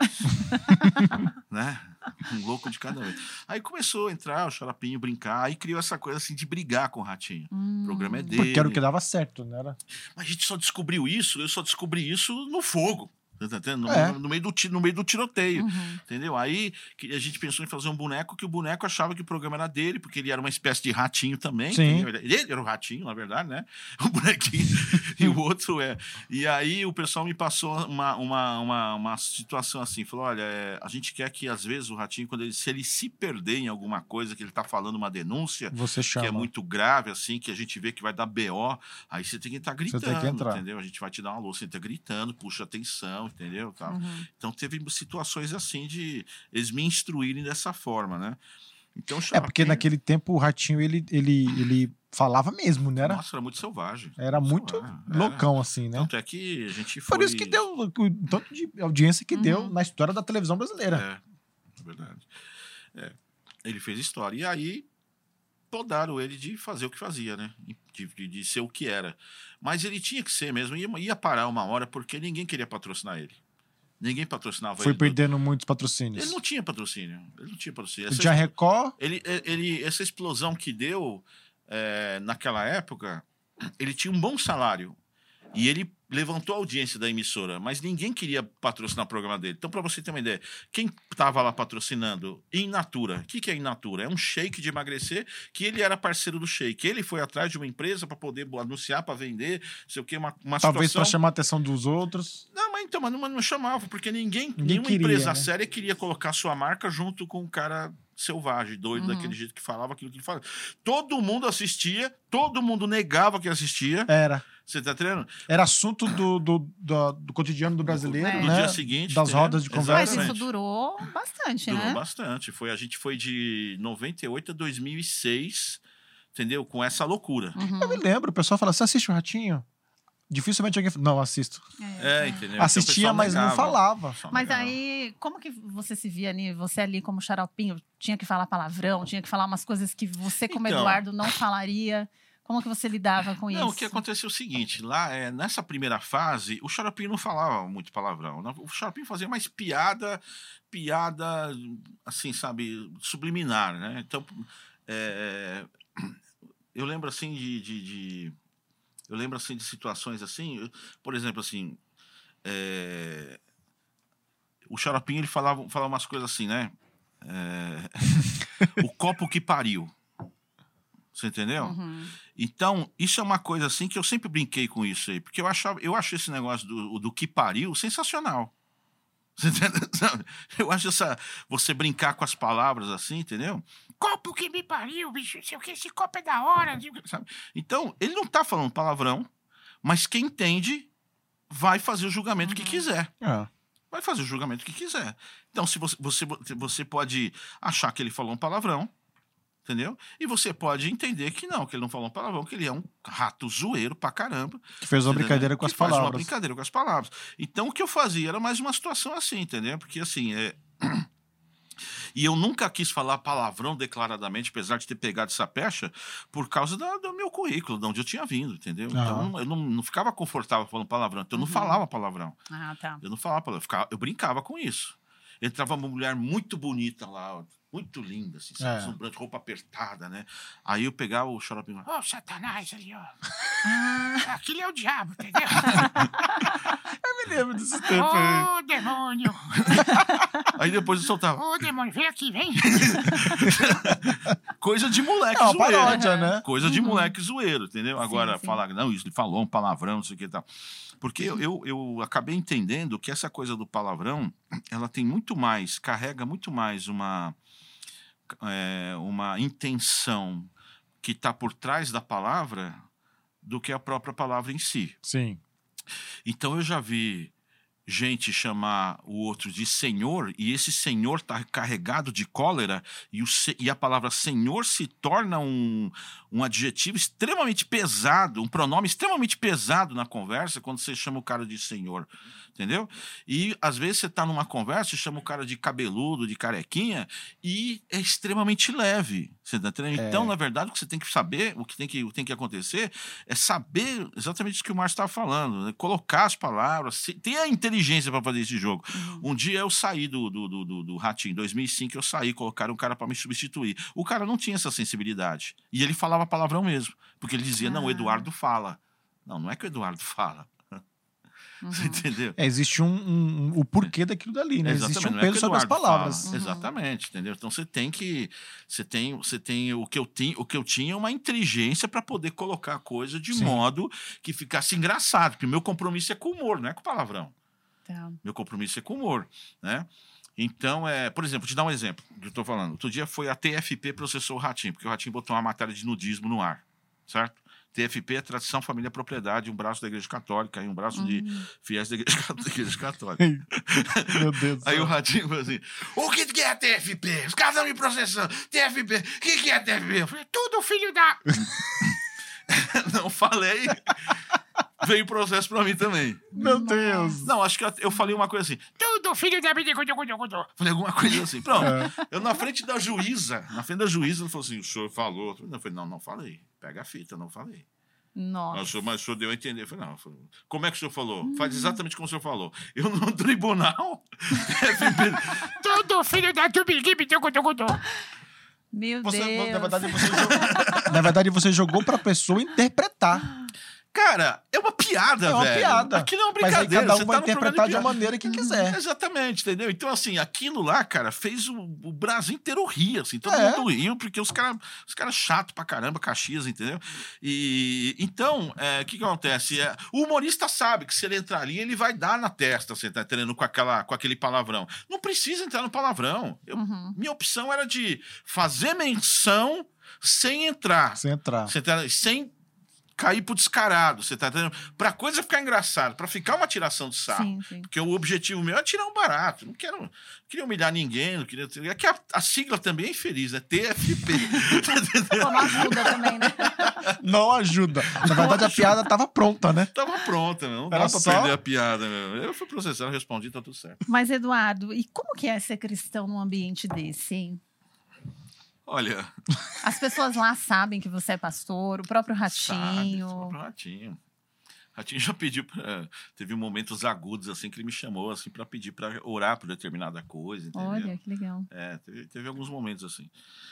Né? Um louco de cada vez. Aí começou a entrar o xaropinho, brincar, aí criou essa coisa assim de brigar com o Ratinho. Hum. O programa é dele. Porque era o que dava certo, né? Era... Mas a gente só descobriu isso, eu só descobri isso no fogo. Tá entendendo? No, é. no, meio do, no meio do tiroteio, uhum. entendeu? Aí a gente pensou em fazer um boneco que o boneco achava que o programa era dele, porque ele era uma espécie de ratinho também. Sim. Ele era o ratinho, na verdade, né? O bonequinho e o outro é. E aí o pessoal me passou uma, uma, uma, uma situação assim, falou, olha, é, a gente quer que às vezes o ratinho, quando ele, se ele se perder em alguma coisa, que ele tá falando uma denúncia, você chama. Que é muito grave, assim, que a gente vê que vai dar B O, aí você tem que estar gritando, você tem que entrar. entendeu? A gente vai te dar uma luz, você tá gritando, puxa atenção, entendeu? Tá. Uhum. Então teve situações assim de eles me instruírem dessa forma, né? Então, é porque naquele tempo o Ratinho ele, ele, ele falava mesmo, né? Era? Nossa, era muito selvagem. Era muito selvagem. loucão, era. assim, né? Tanto é que a gente foi... Por isso que deu o tanto de audiência que uhum. deu na história da televisão brasileira. É, é verdade. É. Ele fez história. E aí podaram ele de fazer o que fazia, né? De, de, de ser o que era. Mas ele tinha que ser mesmo. Ia, ia parar uma hora porque ninguém queria patrocinar ele. Ninguém patrocinava Foi ele. Foi perdendo muitos patrocínios. Ele não tinha patrocínio. Ele não tinha patrocínio. Essa, tinha Record? Ele, ele, essa explosão que deu é, naquela época, ele tinha um bom salário. E ele levantou a audiência da emissora, mas ninguém queria patrocinar o programa dele. Então, para você ter uma ideia, quem estava lá patrocinando? In Natura. O que, que é In Natura? É um shake de emagrecer que ele era parceiro do shake. Ele foi atrás de uma empresa para poder anunciar, para vender, não sei o que, uma, uma Talvez situação... para chamar a atenção dos outros. Não, mas então, mas não, não chamava, porque ninguém, ninguém nenhuma queria, empresa né? séria queria colocar sua marca junto com um cara selvagem, doido, Uhum. daquele jeito que falava aquilo que ele falava. Todo mundo assistia, todo mundo negava que assistia. Era. Você tá entendendo? Era assunto do, do, do, do cotidiano do brasileiro, É. No né? dia seguinte. Das entendeu? rodas de Mas conversa. isso Exatamente. durou bastante, Durou né? bastante. Foi, a gente foi de noventa e oito a dois mil e seis, entendeu? Com essa loucura. Uhum. Eu me lembro, o pessoal fala, você assiste o Ratinho? Dificilmente alguém fala, não, assisto. É, entendeu? Então, o Assistia, pessoal mas não negava. falava. O pessoal Mas negava. aí, como que você se via ali, você ali como xaropinho, tinha que falar palavrão, tinha que falar umas coisas que você como Então. Eduardo não falaria? Como que você lidava com Não, isso? o que aconteceu é o seguinte, lá é, nessa primeira fase, o Xaropinho não falava muito palavrão. né? O Xaropinho fazia mais piada, piada, assim, sabe, subliminar, né? Então, é, eu lembro assim de, de, de- eu lembro assim de situações assim, eu- por exemplo, assim, é, o Xaropinho ele falava, falava umas coisas assim, né? É, o copo que pariu. Você entendeu? Uhum. Então, isso é uma coisa assim que eu sempre brinquei com isso aí, porque eu achava, eu acho esse negócio do, do que pariu sensacional. Você entendeu? Eu acho essa você brincar com as palavras assim, entendeu? Copo que me pariu, bicho. Sei o que, esse copo é da hora. Sabe? Então, ele não tá falando palavrão, mas quem entende vai fazer o julgamento que quiser. É. Vai fazer o julgamento que quiser. Então, se você, você, você pode achar que ele falou um palavrão, entendeu? E você pode entender que não, que ele não falou um palavrão, que ele é um rato zoeiro pra caramba. Que fez uma Entendeu? brincadeira com Que as faz uma palavras. brincadeira com as palavras. Então, o que eu fazia era mais uma situação assim, entendeu? Porque, assim, é... E eu nunca quis falar palavrão declaradamente, apesar de ter pegado essa pecha, por causa da- do meu currículo, de onde eu tinha vindo, entendeu? Então, Aham. eu não, eu não, não ficava confortável falando palavrão. Então, eu não Uhum. falava palavrão. Ah, tá. Eu não falava palavrão. Eu, ficava- eu brincava com isso. Entrava uma mulher muito bonita lá, ó, muito linda, assim, sabe? É. Deslumbrante, roupa apertada, né? Aí eu pegava o xaropinho lá. Ô, Satanás ali, ó. Ah, Aquilo é o diabo, entendeu? Eu me lembro desse tempo aí. Ô, demônio. Aí depois eu soltava. Ô, demônio, vem aqui, vem. Coisa de moleque É uma zoeiro. paródia, né? Coisa de moleque zoeiro, entendeu? Agora, sim. falar, não, isso, ele falou um palavrão, não sei o que e tal. Porque eu, eu, eu acabei entendendo que essa coisa do palavrão, ela tem muito mais, carrega muito mais uma, é, uma intenção que está por trás da palavra do que a própria palavra em si. Sim. Então eu já vi gente chamar o outro de senhor e esse senhor está carregado de cólera e, o se- e a palavra senhor se torna um, um adjetivo extremamente pesado, um pronome extremamente pesado na conversa quando você chama o cara de senhor, entendeu? E às vezes você está numa conversa e chama o cara de cabeludo, de carequinha e é extremamente leve, você tá entendendo? É. Então, na verdade, o que você tem que saber, o que tem que, o que tem que acontecer é saber exatamente isso que o Márcio estava falando, né? Colocar as palavras, se- ter a inteligência para fazer esse jogo. Um dia eu saí do, do, do, do, do Ratinho, em dois mil e cinco eu saí, colocaram um cara para me substituir. O cara não tinha essa sensibilidade. E ele falava palavrão mesmo, porque ele dizia, não, o Ah. Eduardo fala. Não, não é que o Eduardo fala. Você entendeu? É, existe um, um- um- o porquê daquilo dali, né? Existe um não é que peso o sobre as Eduardo palavras. fala. Exatamente, entendeu? Então você tem que você tem você tem o que eu tinha, o que eu tinha é uma inteligência para poder colocar a coisa de Sim. modo que ficasse engraçado, porque meu compromisso é com o humor, não é com palavrão. tá. Meu compromisso é com o humor, né? Então, é, por exemplo, vou te dar um exemplo do que eu estou falando. Outro dia foi a T F P processou o Ratinho, porque o Ratinho botou uma matéria de nudismo no ar, certo? T F P é Tradição, Família, Propriedade, um braço da Igreja Católica e um braço de fiéis da Igreja, da Igreja Católica. Meu Deus do Aí céu. o Ratinho falou assim, o que que é T F P? Os caras estão me processando. T F P, o que que é T F P? Eu falei, Tudo filho da... não falei. Veio o processo pra mim também. Meu Deus. Não, acho que eu, eu falei uma coisa assim. Tudo filho da... Falei alguma coisa assim. Pronto. É. Eu na frente da juíza, na frente da juíza, ele falou assim, o senhor falou. Eu falei, não, não falei. Pega a fita, não falei. Nossa. Mas o senhor, mas o senhor deu a entender. Eu falei, não. Eu falei, como é que o senhor falou? Faz exatamente como o senhor falou. Eu no tribunal, T F P, Tudo filho da... Meu Você, Deus. na, verdade, você jogou, na verdade, você jogou pra pessoa interpretar. Cara, é uma piada, É uma velho. piada. Aquilo é uma Mas aí brincadeira. cada um você vai tá num programa interpretar de uma piada. maneira que quiser. Exatamente, entendeu? Então, assim, aquilo lá, cara, fez o, o Brasil inteiro rir, assim. Todo É. mundo riu, porque os caras os cara chato pra caramba, Caxias, entendeu? E então, é, o que que acontece? É, o humorista sabe que se ele entrar ali, ele vai dar na testa, você tá entendendo? Com, aquela, com aquele palavrão. Não precisa entrar no palavrão. Eu, Uhum. Minha opção era de fazer menção sem entrar. Sem entrar. Você tá, sem cair pro descarado, você tá entendendo? Pra coisa ficar engraçada, pra ficar uma tiração de sarro. Sim, sim. Porque o objetivo meu é tirar um barato. Não quero, não queria humilhar ninguém, não queria. É que a, a sigla também é infeliz, né? T F P. Pô, não ajuda também, né? Não ajuda. Na verdade, a piada tava pronta, né? Tava pronta, meu. Não Era dá pra só- perder a piada, meu. Eu fui processado, respondi, tá tudo certo. Mas, Eduardo, e como que é ser cristão num ambiente desse, hein? Olha, As pessoas lá sabem que você é pastor, o próprio sabe, Ratinho. o próprio Ratinho. Ratinho já pediu pra, teve momentos agudos assim que ele me chamou assim para pedir para orar por determinada coisa, entendeu? Olha, que legal. É, teve, teve alguns momentos assim.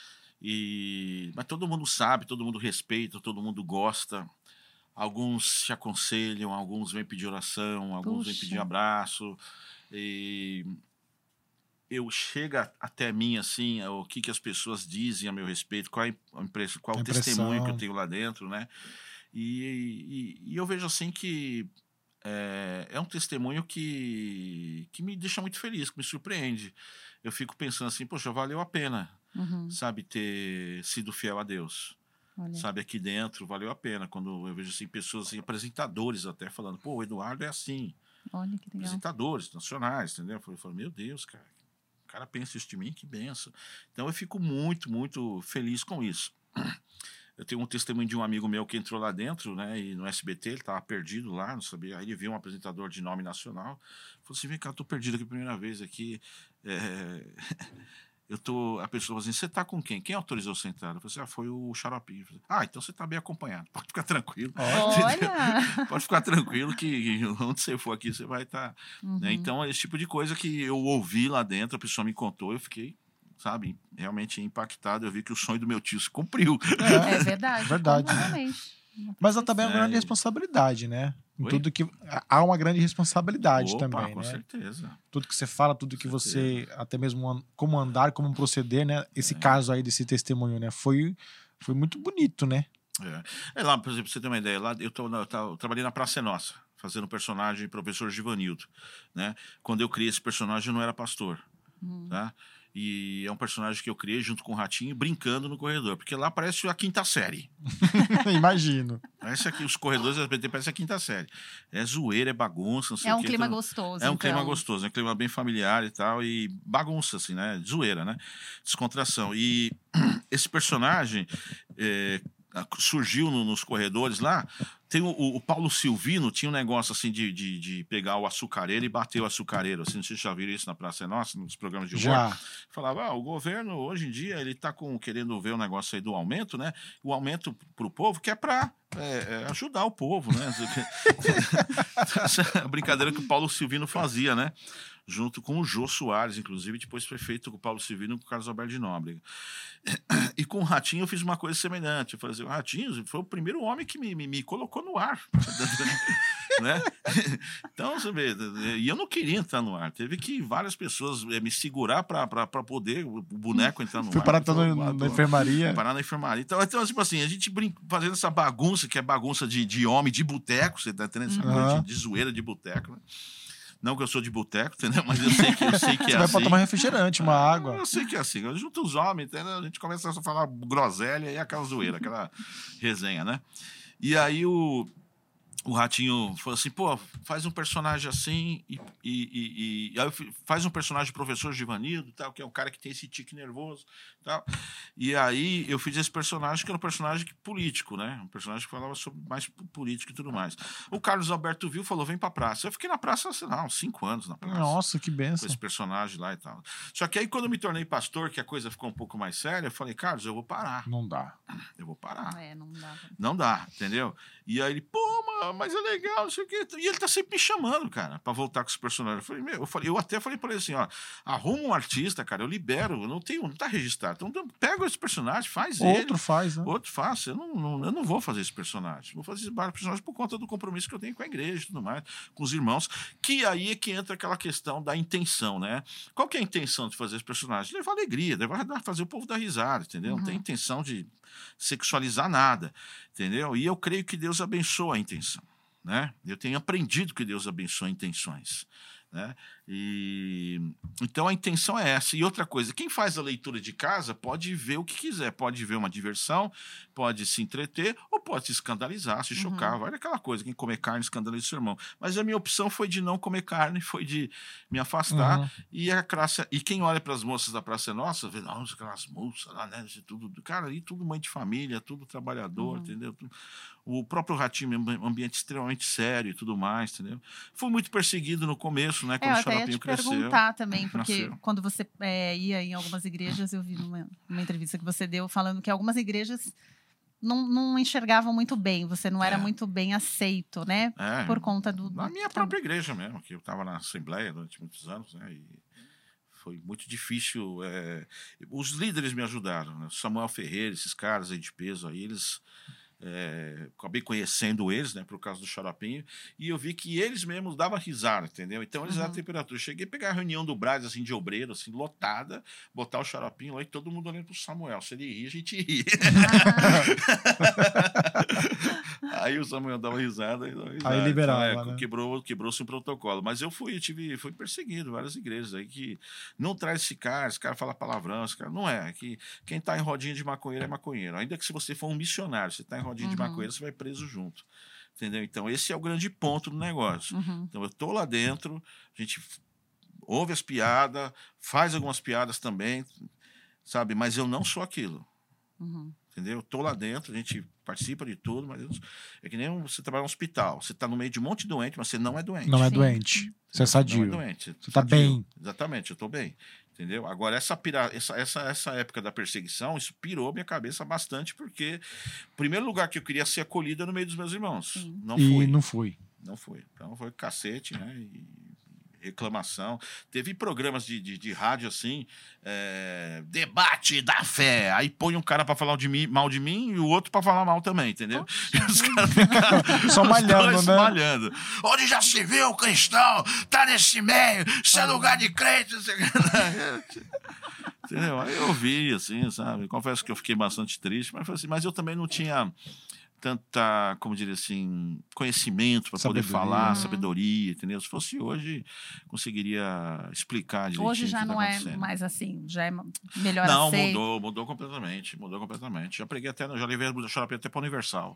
E mas todo mundo sabe, todo mundo respeita, todo mundo gosta. Alguns se aconselham, alguns vêm pedir oração, alguns vêm Puxa. pedir abraço. E eu chega até mim assim, o que que as pessoas dizem a meu respeito, qual é a impressão, qual A o testemunho que eu impressão. tenho lá dentro, né? E, e, e eu vejo assim que é, é um testemunho que, que me deixa muito feliz, que me surpreende. Eu fico pensando assim, poxa, valeu a pena, Uhum, sabe, ter sido fiel a Deus. olha. Sabe, aqui dentro valeu a pena. Quando eu vejo assim, pessoas, assim, apresentadores até falando, pô, o Eduardo é assim. Olha que legal. Apresentadores nacionais, entendeu? Eu falo, meu Deus, cara, o cara pensa isso de mim, que benção. Então eu fico muito, muito feliz com isso. Eu tenho um testemunho de um amigo meu que entrou lá dentro, né, e no S B T, ele estava perdido lá, não sabia. Aí ele viu um apresentador de nome nacional, falou assim, vem cá, eu tô perdido aqui a primeira vez aqui. É... Eu tô, a pessoa falou assim, você tá com quem? Quem autorizou você entrar? Eu falei assim, ah, foi o Xaropinho. Eu falei, ah, então você tá bem acompanhado, pode ficar tranquilo. Olha! Pode ficar tranquilo que onde você for aqui, você vai estar... Uhum. Né? Então, esse tipo de coisa que eu ouvi lá dentro, a pessoa me contou, eu fiquei, sabe, realmente impactado. Eu vi que o sonho do meu tio se cumpriu. É verdade. Verdade. Completamente. Mas há também uma É. grande responsabilidade, né? Em Oi? tudo que há uma grande responsabilidade Opa, também, com né? certeza. Tudo que você fala, tudo que você, até mesmo an- como andar, como proceder, né? Esse caso aí desse testemunho, né? Foi, foi muito bonito, né? É. É lá, por exemplo, pra você ter uma ideia, lá eu, tô, na- eu, tava- eu trabalhei na Praça é Nossa, fazendo o personagem professor Givanildo, né? Quando eu criei esse personagem, eu não era pastor, Hum. tá? E é um personagem que eu criei junto com o Ratinho, brincando no corredor, porque lá parece a quinta série. Imagino. Parece aqui, os corredores da S B T parece a quinta série. É zoeira, é bagunça, não sei É o um quê, clima então- gostoso. É um então. clima gostoso, é um clima bem familiar e tal, e bagunça, assim, né? Zoeira, né? Descontração. E esse personagem é, a- surgiu no- nos corredores lá. Tem o, o- o Paulo Silvino, tinha um negócio assim de, de, de pegar o açucareiro e bater o açucareiro. Assim, não sei se já viram isso na Praça é Nossa, nos programas de humor. Já. Falava, ah, o governo hoje em dia ele está com, querendo ver o negócio aí do aumento, né? O aumento para o povo que é para ajudar o povo, né? Essa é a brincadeira que o Paulo Silvino fazia, né? Junto com o Jô Soares, inclusive, depois foi feito com o Paulo Silvino e com o Carlos Alberto de Nóbrega. E com o Ratinho eu fiz uma coisa semelhante. Eu falei assim, o Ratinho foi o primeiro homem que me, me, me colocou no ar. Né? Então, você vê, e eu não queria entrar no ar. Teve que várias pessoas eh, me segurar para poder o boneco entrar no Fui ar. parar todo Foi, na adoro. enfermaria. Parar na enfermaria. Então, então, tipo assim, a gente brinca, fazendo essa bagunça, que é bagunça de, de homem, de boteco, você tá entendendo? Essa coisa Uhum. de, de zoeira de boteco, né? Não que eu sou de boteco, entendeu? Mas eu sei que, eu sei que Você é vai assim. pra tomar refrigerante, uma água. Eu sei que é assim. Eu junto os homens, entendeu? A gente começa a falar groselha e aquela zoeira, aquela resenha, né? E aí o, o Ratinho falou assim, pô, faz um personagem assim e, e, e, e aí eu fi- faz um personagem professor Givanildo, tal, que é um cara que tem esse tique nervoso, tal. E aí eu fiz esse personagem que era um personagem que- político, né? Um personagem que falava sobre mais p- política e tudo mais. O Carlos Alberto viu, falou, vem pra praça. Eu fiquei na praça, sei lá, uns cinco anos na praça Nossa, que com benção. esse personagem lá e tal. Só que aí, quando eu me tornei pastor, que a coisa ficou um pouco mais séria, eu falei, Carlos, eu vou parar. Não dá. Eu vou parar. É, não dá. Não dá, entendeu? E aí ele, pô, ah, mas é legal, não sei o quê. E ele tá sempre me chamando, cara, pra voltar com os personagens. Eu, falei, meu, eu, falei, eu até falei pra ele assim, ó, arruma um artista, cara, eu libero, eu não tenho, não tá registrado. Então pega esse personagem, faz ele. Outro faz, né? Outro faz. Eu não, não, eu não vou fazer esse personagem. Vou fazer esse personagem por conta do compromisso que eu tenho com a igreja e tudo mais, com os irmãos. Que aí é que entra aquela questão da intenção, né? Qual que é a intenção de fazer esse personagem? Levar alegria, levar, fazer o povo dar risada, entendeu? Uhum. Não tem intenção de sexualizar nada, entendeu? E eu creio que Deus abençoa a intenção, né? Eu tenho aprendido que Deus abençoa intenções, né? E então a intenção é essa. E outra coisa, quem faz a leitura de casa pode ver o que quiser, pode ver uma diversão, pode se entreter ou pode se escandalizar, se chocar, uhum. vai aquela coisa, quem comer carne escandaliza o seu irmão. Mas a minha opção foi de não comer carne, foi de me afastar. Uhum. E a classe, e quem olha para as moças da Praça é Nossa, vê, nossa, aquelas moças lá, né? Tudo, cara, ali tudo mãe de família, tudo trabalhador, uhum. entendeu? O próprio Ratinho, um ambiente extremamente sério e tudo mais, entendeu? Fui muito perseguido no começo, né? Quando é, o Xaropinho cresceu. Eu ia te perguntar também, porque nasceu. Quando você é, ia em algumas igrejas, eu vi numa, numa entrevista que você deu, falando que algumas igrejas não, não enxergavam muito bem, você não era é. muito bem aceito, né? É, por conta do... Na minha própria igreja mesmo, que eu estava na Assembleia durante muitos anos, né? E foi muito difícil. É... Os líderes me ajudaram, né? Samuel Ferreira, esses caras aí de peso, aí eles... É, acabei conhecendo eles, né, por causa do Xaropinho, e eu vi que eles mesmos davam risada, entendeu? Então eles uhum. davam temperatura. Cheguei a pegar a reunião do Brás, assim, de obreiro, assim, lotada, botar o Xaropinho lá e todo mundo olhando pro Samuel. Se ele ria, a gente ria. Ah. Aí o Samuel dava risada. E dava risada. Aí liberava, então, é, né? quebrou, quebrou-se um protocolo. Mas eu fui, eu tive, fui perseguido, várias igrejas aí que não traz esse cara, esse cara fala palavrão, esse cara não é. Que quem tá em rodinha de maconheiro é maconheiro. Ainda que se você for um missionário, você tá em rodinha uhum. de maconheiro, você vai preso junto. Entendeu? Então, esse é o grande ponto do negócio. Uhum. Então, eu tô lá dentro, a gente ouve as piadas, faz algumas piadas também, sabe? Mas eu não sou aquilo. Uhum. Entendeu? Eu tô lá dentro, a gente participa de tudo, mas eu, é que nem você trabalha no hospital. Você tá no meio de um monte de doente, mas você não é doente. Não é doente. Você é sadio. Não é doente. Você tá bem. Exatamente, eu tô bem. Entendeu? Agora, essa, pira... essa, essa, essa época da perseguição, isso pirou minha cabeça bastante, porque o primeiro lugar que eu queria ser acolhido é no meio dos meus irmãos. Sim. Não e fui. não fui. Não fui. Então foi cacete, né? E reclamação. Teve programas de, de, de rádio assim, é, debate da fé. Aí põe um cara pra falar de mim, mal de mim e o outro pra falar mal também, entendeu? Oxe, e os caras ficaram só malhando, né? malhando. Onde já se viu, cristão? Tá nesse meio, isso é lugar de crente. Entendeu? Aí eu vi, assim, sabe? Confesso que eu fiquei bastante triste, mas, assim, mas eu também não tinha tanta, como diria assim, conhecimento para poder falar, sabedoria, entendeu? Se fosse hoje, conseguiria explicar direitinho. Hoje já não tá é mais assim, já é melhor Não, aceito. mudou, mudou completamente, mudou completamente. Já preguei até, já levei a Xaropinho até para Universal.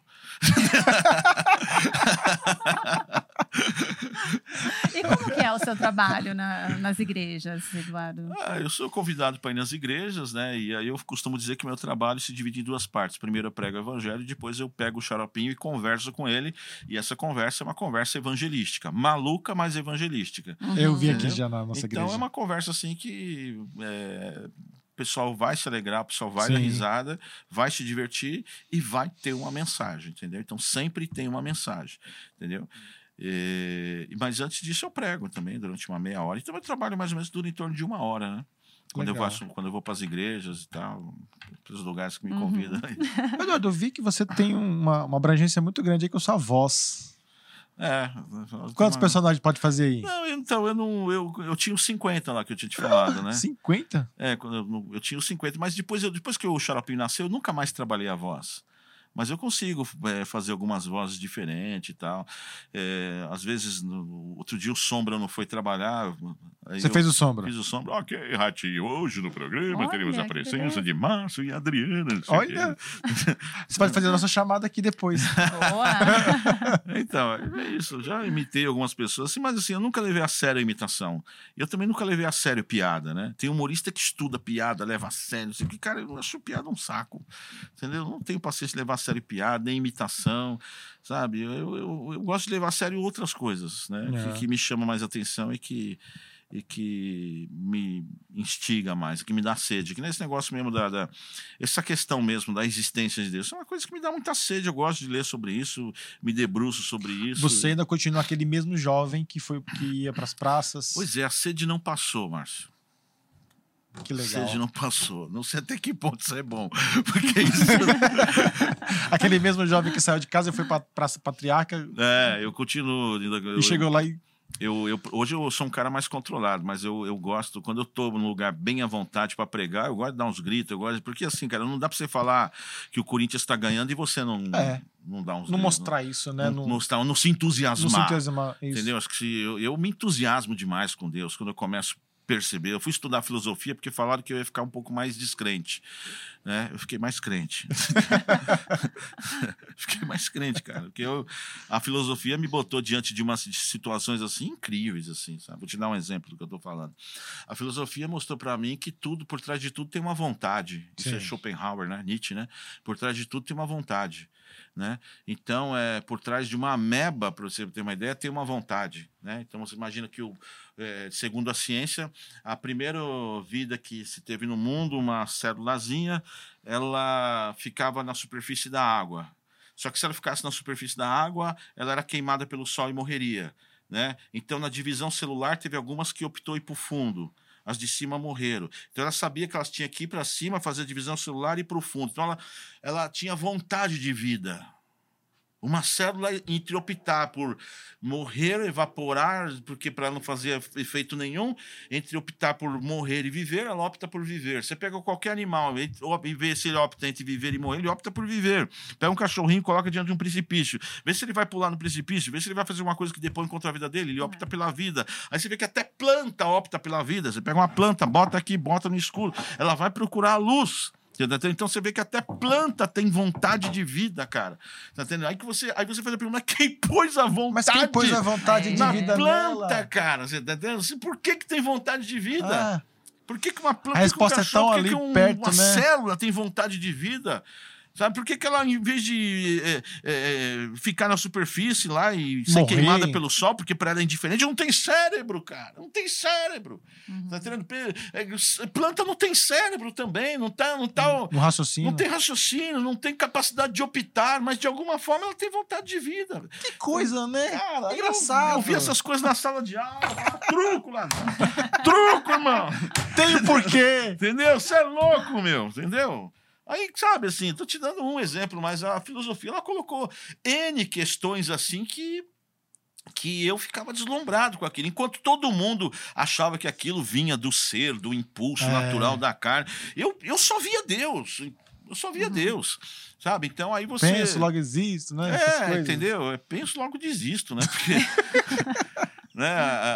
E como que é o seu trabalho na, nas igrejas, Eduardo? Ah, eu sou convidado para ir nas igrejas, né? E aí eu costumo dizer que meu trabalho se divide em duas partes. Primeiro eu prego o evangelho, e depois eu pego o Xaropinho e converso com ele. E essa conversa é uma conversa evangelística. Maluca, mas evangelística. Uhum. Eu vi aqui Entendeu? já na nossa então, igreja. Então é uma conversa assim que... É... O pessoal vai se alegrar, o pessoal vai Sim. dar risada, vai se divertir e vai ter uma mensagem, entendeu? Então sempre tem uma mensagem, entendeu? E, mas antes disso eu prego também durante uma meia hora. Então eu trabalho mais ou menos dura em torno de uma hora, né? Quando eu, vou, quando eu vou para as igrejas e tal, para os lugares que me convidam. Uhum. Eduardo, eu vi que você tem uma, uma abrangência muito grande aí com a sua voz. É. Quantos uma... personagens pode fazer aí? Não, então, eu não. Eu, eu tinha os cinquenta lá que eu tinha te falado, né? cinquenta? É, quando eu, eu tinha os cinquenta, mas depois, eu, depois que o Xaropinho nasceu, eu nunca mais trabalhei a voz. Mas eu consigo é, fazer algumas vozes diferentes e tal. É, às vezes, no, outro dia o Sombra não foi trabalhar. Você fez o Sombra? Fiz o Sombra. Ok, Ratinho, hoje no programa Olha, teremos a presença de Márcio e Adriana. Olha! Você pode fazer a nossa chamada aqui depois. Boa! Então, é isso. Já imitei algumas pessoas, assim, mas assim, eu nunca levei a sério a imitação. Eu também nunca levei a sério piada, né? Tem humorista que estuda piada, leva a sério. Assim, que, cara, eu acho piada um saco. Entendeu? Eu não tenho paciência de levar a sério piada, nem imitação, sabe? Eu, eu, eu gosto de levar a sério outras coisas, né? É. Que, que me chamam mais atenção e que e que me instiga mais, que me dá sede. Que nesse negócio mesmo da, da... Essa questão mesmo da existência de Deus é uma coisa que me dá muita sede. Eu gosto de ler sobre isso, me debruço sobre isso. Você ainda continua aquele mesmo jovem que, foi, que ia para as praças. Pois é, a sede não passou, Márcio. Que legal. A sede não passou. Não sei até que ponto isso é bom. Porque isso... Aquele mesmo jovem que saiu de casa e foi para Praça Patriarca. É, eu continuo. Eu, e chegou lá e... Eu, eu, hoje eu sou um cara mais controlado, mas eu, eu gosto, quando eu tô num lugar bem à vontade para pregar, eu gosto de dar uns gritos, eu gosto, porque assim, cara, não dá para você falar que o Corinthians está ganhando e você não, é, não dá uns não gritos. mostrar não, isso, né? Não, não, mostrar, não se entusiasmar. Não se entusiasmar, isso. Entendeu? Acho que se, eu, eu me entusiasmo demais com Deus quando eu começo a perceber. Eu fui estudar filosofia porque falaram que eu ia ficar um pouco mais descrente. Né? Eu fiquei mais crente. Fiquei mais crente, cara. Porque eu, a filosofia me botou diante de umas situações assim incríveis, assim, sabe? Vou te dar um exemplo do que eu tô falando. A filosofia mostrou para mim que tudo, por trás de tudo, tem uma vontade. Isso Sim. é Schopenhauer, né? Nietzsche, né? Por trás de tudo tem uma vontade. Né? Então, é, por trás de uma ameba, para você ter uma ideia, tem uma vontade. Né? Então, você imagina que, o, é, segundo a ciência, a primeira vida que se teve no mundo, uma célulazinha, ela ficava na superfície da água. Só que se ela ficasse na superfície da água, ela era queimada pelo sol e morreria. Né? Então, na divisão celular, teve algumas que optou ir para o fundo. As de cima morreram. Então, ela sabia que elas tinham que ir para cima, fazer a divisão celular e ir para o fundo. Então, ela, ela tinha vontade de vida. Uma célula, entre optar por morrer, evaporar, porque para não fazer efeito nenhum, entre optar por morrer e viver, ela opta por viver. Você pega qualquer animal e vê se ele opta entre viver e morrer, ele opta por viver. Pega um cachorrinho e coloca diante de um precipício. Vê se ele vai pular no precipício, vê se ele vai fazer uma coisa que depõe contra a vida dele, ele opta pela vida. Aí você vê que até planta opta pela vida. Você pega uma planta, bota aqui, bota no escuro, ela vai procurar a luz. Então você vê que até planta tem vontade de vida, cara. Tá entendendo? Aí, que você, aí você faz a pergunta, mas quem pôs a vontade? Mas quem pôs a vontade de na vida planta, nela? Cara? Você tá entendendo? Por que, que tem vontade de vida? Ah, por que, que uma planta, a resposta um cachorro, é tão ali que um, perto, uma né? célula tem vontade de vida? Sabe por que, que ela, em vez de é, é, ficar na superfície lá e ser Morrer. queimada pelo sol, porque para ela é indiferente, não tem cérebro, cara. Não tem cérebro. Uhum. Tá entendendo? Planta não tem cérebro também. Não tá. Não, tá, no raciocínio. Não tem raciocínio, não tem capacidade de optar, mas de alguma forma ela tem vontade de vida. Que coisa, né? Cara, é engraçado. Eu, eu vi essas coisas na sala de aula. Truco, lá. Truco, irmão. Tem o porquê. Entendeu? Você é louco, meu. Entendeu? Aí, sabe, assim, tô te dando um exemplo, mas a filosofia, ela colocou N questões, assim, que, que eu ficava deslumbrado com aquilo. Enquanto todo mundo achava que aquilo vinha do ser, do impulso é. natural da carne, eu, eu só via Deus. Eu só via uhum. Deus, sabe? Então, aí você... Penso, logo existo, né? É, entendeu? É, penso, logo desisto, né? Porque... né?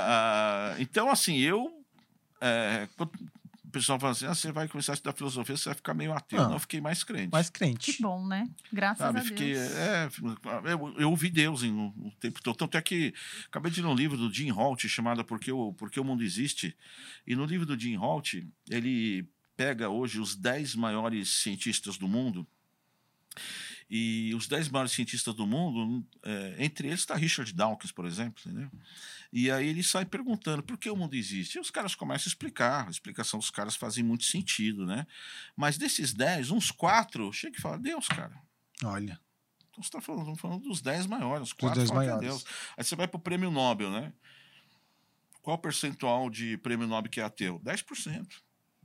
A, a, então, assim, eu... É, o pessoal fala assim, ah, você vai começar a estudar filosofia, você vai ficar meio ateu. Não, eu fiquei mais crente. Mais crente. Que bom, né? Graças Sabe, a Deus. Fiquei, é, eu, eu ouvi Deus em, no tempo todo. Tanto é que acabei de ler um livro do Jim Holt chamado Porque o, Porque o Mundo Existe. E no livro do Jim Holt, ele pega hoje os dez maiores cientistas do mundo. E os dez maiores cientistas do mundo, é, entre eles está Richard Dawkins, por exemplo, entendeu? E aí ele sai perguntando por que o mundo existe. E os caras começam a explicar. A explicação dos caras faz muito sentido, né? Mas desses dez, uns quatro, chega e fala, Deus, cara. Olha. Então você está falando, falando dos dez maiores, os quatro dez falam que é maiores. Deus. Aí você vai para o prêmio Nobel, né? Qual o percentual de prêmio Nobel que é ateu? dez por cento.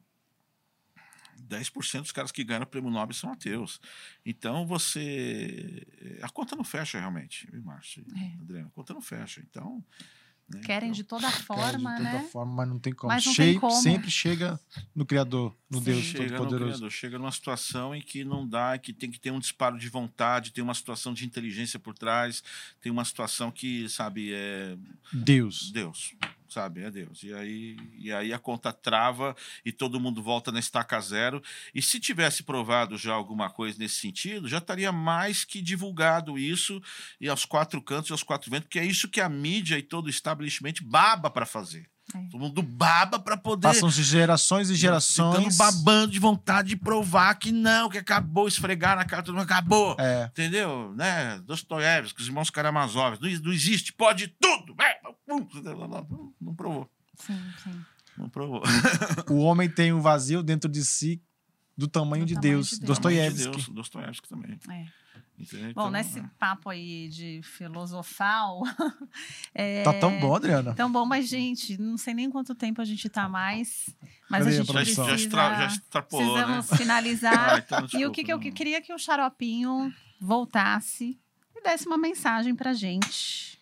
dez por cento dos caras que ganham o prêmio Nobel são ateus. Então, você... A conta não fecha, realmente, Márcio e é. Adriana. A conta não fecha. Então... Né? Querem então, de toda forma, de toda né? forma, mas não tem como. Mas não Che- tem como. Sempre chega no Criador, no Sim. Deus chega Todo-Poderoso. no Criador, chega numa situação em que não dá, que tem que ter um disparo de vontade, tem uma situação de inteligência por trás, tem uma situação que, sabe, é... Deus. Deus. Sabe, é Deus. E aí, e aí a conta trava e todo mundo volta na estaca zero. E se tivesse provado já alguma coisa nesse sentido, já estaria mais que divulgado isso e aos quatro cantos e aos quatro ventos, porque é isso que a mídia e todo o establishment baba para fazer. É. Todo mundo baba para poder... Passam-se gerações e gerações... Ficando babando de vontade de provar que não, que acabou, esfregar na cara, todo mundo acabou. É. Entendeu? Né? Dostoiévski, os irmãos Karamazov. Não, não existe, pode tudo. Não, não, não provou. Sim, sim. Não provou. O homem tem um vazio dentro de si do tamanho, Do de, tamanho Deus. de Deus. Dostoiévski. Deus, Dostoiévski também. É. Entendeu? Bom, Então, nesse é. papo aí de filosofal... é, Tá tão bom, Adriana. Tão bom, mas, gente, não sei nem quanto tempo a gente tá mais. Mas Cadê a a gente Já, produção? já, precisa... extra, já extrapolou, Precisamos né? finalizar. Ah, então, E o desculpa, que, que eu não. queria que o Xaropinho voltasse e desse uma mensagem pra gente.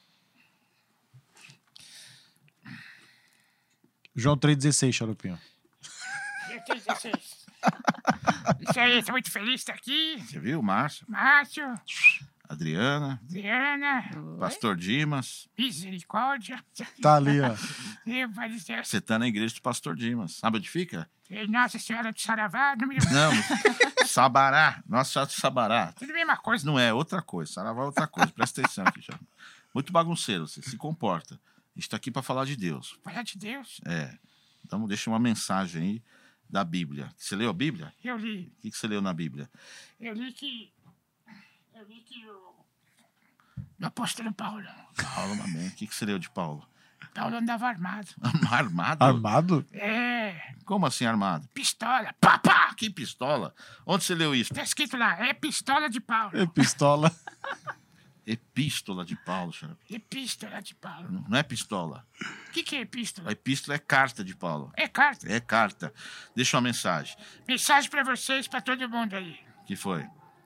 João três dezesseis, Xaropinho. Eu tenho dezesseis. Isso aí, tô muito feliz de estar aqui. Você viu, Márcio, Márcio, Adriana, Adriana, Pastor Dimas. misericórdia. Tá ali, ó. Meu Pai do céu. Você tá na igreja do Pastor Dimas. Sabe onde fica? Nossa Senhora do Saravá, não me... Não, Sabará. Nossa Senhora do Sabará. Tudo a mesma coisa. Não é outra coisa. Saravá é outra coisa. Presta atenção aqui, já. Muito bagunceiro, você se comporta. A gente tá aqui para falar de Deus. Falar de Deus. É. Então deixa uma mensagem aí da Bíblia. Você leu a Bíblia? Eu li. O que que você leu na Bíblia? Eu li que... Eu li que o... O apóstolo Paulo... Paulo, amém. O que que você leu de Paulo? Paulo andava armado. Armado? Armado? É... Como assim armado? Pistola. Pá, pá. Que pistola? Onde você leu isso? Tá escrito lá. É pistola de Paulo. É pistola. Epístola de Paulo, senhor. Epístola de Paulo. Não é pistola. O que, que é epístola? A epístola é carta de Paulo. É carta. É carta. Deixa uma mensagem. Mensagem pra vocês, pra todo mundo aí. Que foi?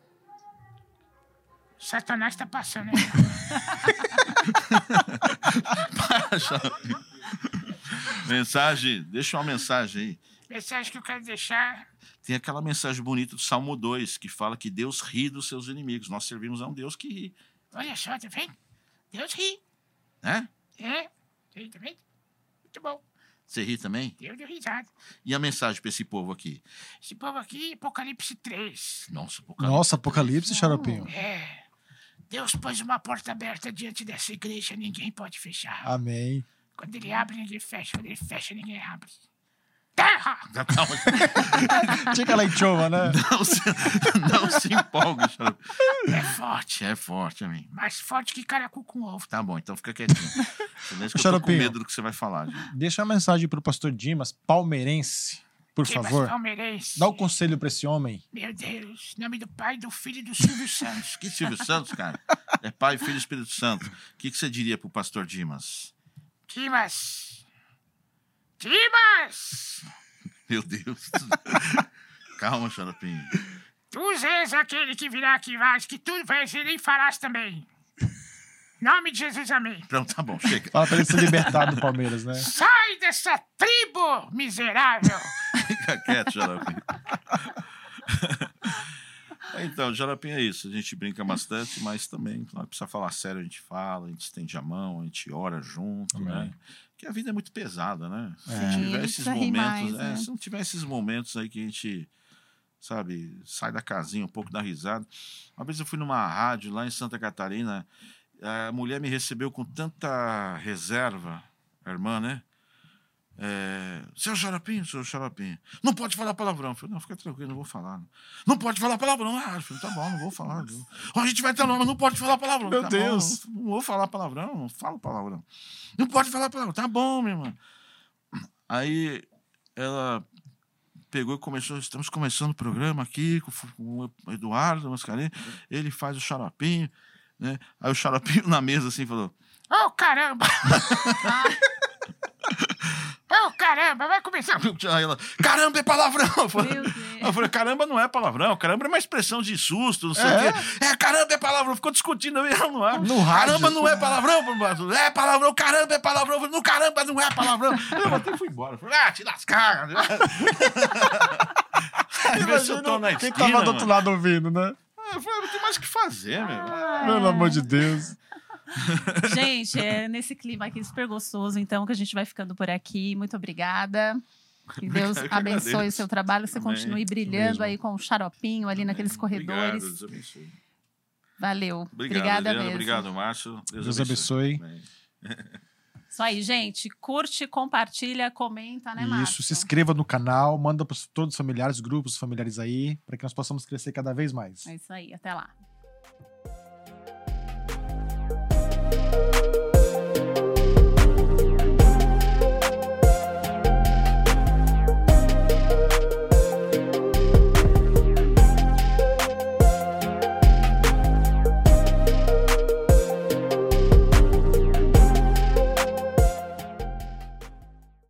Satanás tá passando aí. Mensagem, deixa uma mensagem aí. Mensagem que eu quero deixar. Tem aquela mensagem bonita do Salmo dois, que fala que Deus ri dos seus inimigos. Nós servimos a um Deus que ri. Olha só, tá vendo? Deus ri. Né? É? Tá vendo? Muito bom. Você ri também? Deus deu risada. E a mensagem para esse povo aqui? Esse povo aqui, Apocalipse três. Nossa, Apocalipse. Nossa, Apocalipse, Xaropinho. É. Deus pôs uma porta aberta diante dessa igreja, ninguém pode fechar. Amém. Quando ele abre, ninguém fecha. Quando ele fecha, ninguém abre. Terra! Calma. Tinha aquela enxova, né? Não se, não se empolgue, Xarope. É forte. É forte, amigo. Mais forte que caracu com ovo. Tá bom, então fica quietinho. Silêncio que eu tô com Xaropinho. medo do que você vai falar. Gente. Deixa uma mensagem pro pastor Dimas, palmeirense, por Dimas favor. palmeirense. Dá o conselho pra esse homem. Meu Deus. Em nome do Pai, do Filho e do Silvio Santos. Que Silvio Santos, cara? É Pai, Filho e Espírito Santo. O que, que você diria pro pastor Dimas? Dimas. Dimas! Meu Deus. Calma, Xaropinho. Tu és aquele que virá aqui mais, que tu vais e nem farás também. Em nome de Jesus, amém. Pronto, tá bom, chega. Fala pra ele se libertar do Palmeiras, né? Sai dessa tribo miserável. Fica quieto, Xaropinho. Então, Xaropinho é isso. A gente brinca bastante, mas também, não precisa falar sério, a gente fala, a gente estende a mão, a gente ora junto, Amém. né? Porque a vida é muito pesada, né? Se É. não Sim, tiver ele esses precisa rir momentos, mais, é, né? se não tiver esses momentos aí que a gente, sabe, sai da casinha um pouco, dá risada. Uma vez eu fui numa rádio lá em Santa Catarina, a mulher me recebeu com tanta reserva, a irmã, né? É, seu Xaropinho, seu Xaropinho, não pode falar palavrão. Eu falei, não, fica tranquilo, não vou falar. Não, não pode falar palavrão. Ah, eu falei, tá bom, não vou falar. Não. Ó, a gente vai ter nome, mas não pode falar palavrão. Meu tá Deus. Bom, não, não vou falar palavrão, não falo palavrão. Não pode falar palavrão. Tá bom, minha irmã. Aí ela pegou e começou, estamos começando o programa aqui com, com o Eduardo Mascarenhas, ele faz o Xaropinho, né? Aí o Xaropinho na mesa assim falou, Oh, caramba! Oh, caramba, vai começar. aí ela, caramba, é palavrão. Eu falei, Meu Deus. eu falei, caramba não é palavrão, caramba é uma expressão de susto, não sei É? o quê. É, caramba é palavrão. Ficou discutindo aí no ar. No rádio. Caramba não é palavrão. É palavrão, caramba é palavrão. Eu falei, no caramba não é palavrão. Eu até fui embora. Eu falei, ah, te lascar. Aí vê se eu tô na quem esquina, tava do outro mano. lado ouvindo, né? Eu falei, não tem mais o que fazer, meu. Pelo amor de Deus. Gente, é nesse clima aqui super gostoso, então, que a gente vai ficando por aqui. Muito obrigada. Que Deus Eu que abençoe o agradeço. seu trabalho, você Amém. continue brilhando mesmo. aí com o xaropinho ali naqueles corredores. Obrigado, Deus abençoe. Valeu. Obrigado, Obrigada Adriana, mesmo. obrigado, Márcio. Deus, Deus abençoe. Amém. Isso aí, gente. Curte, compartilha, comenta, né, Márcio? Isso, se inscreva no canal, manda para todos os familiares, grupos familiares aí, para que nós possamos crescer cada vez mais. É isso aí. Até lá.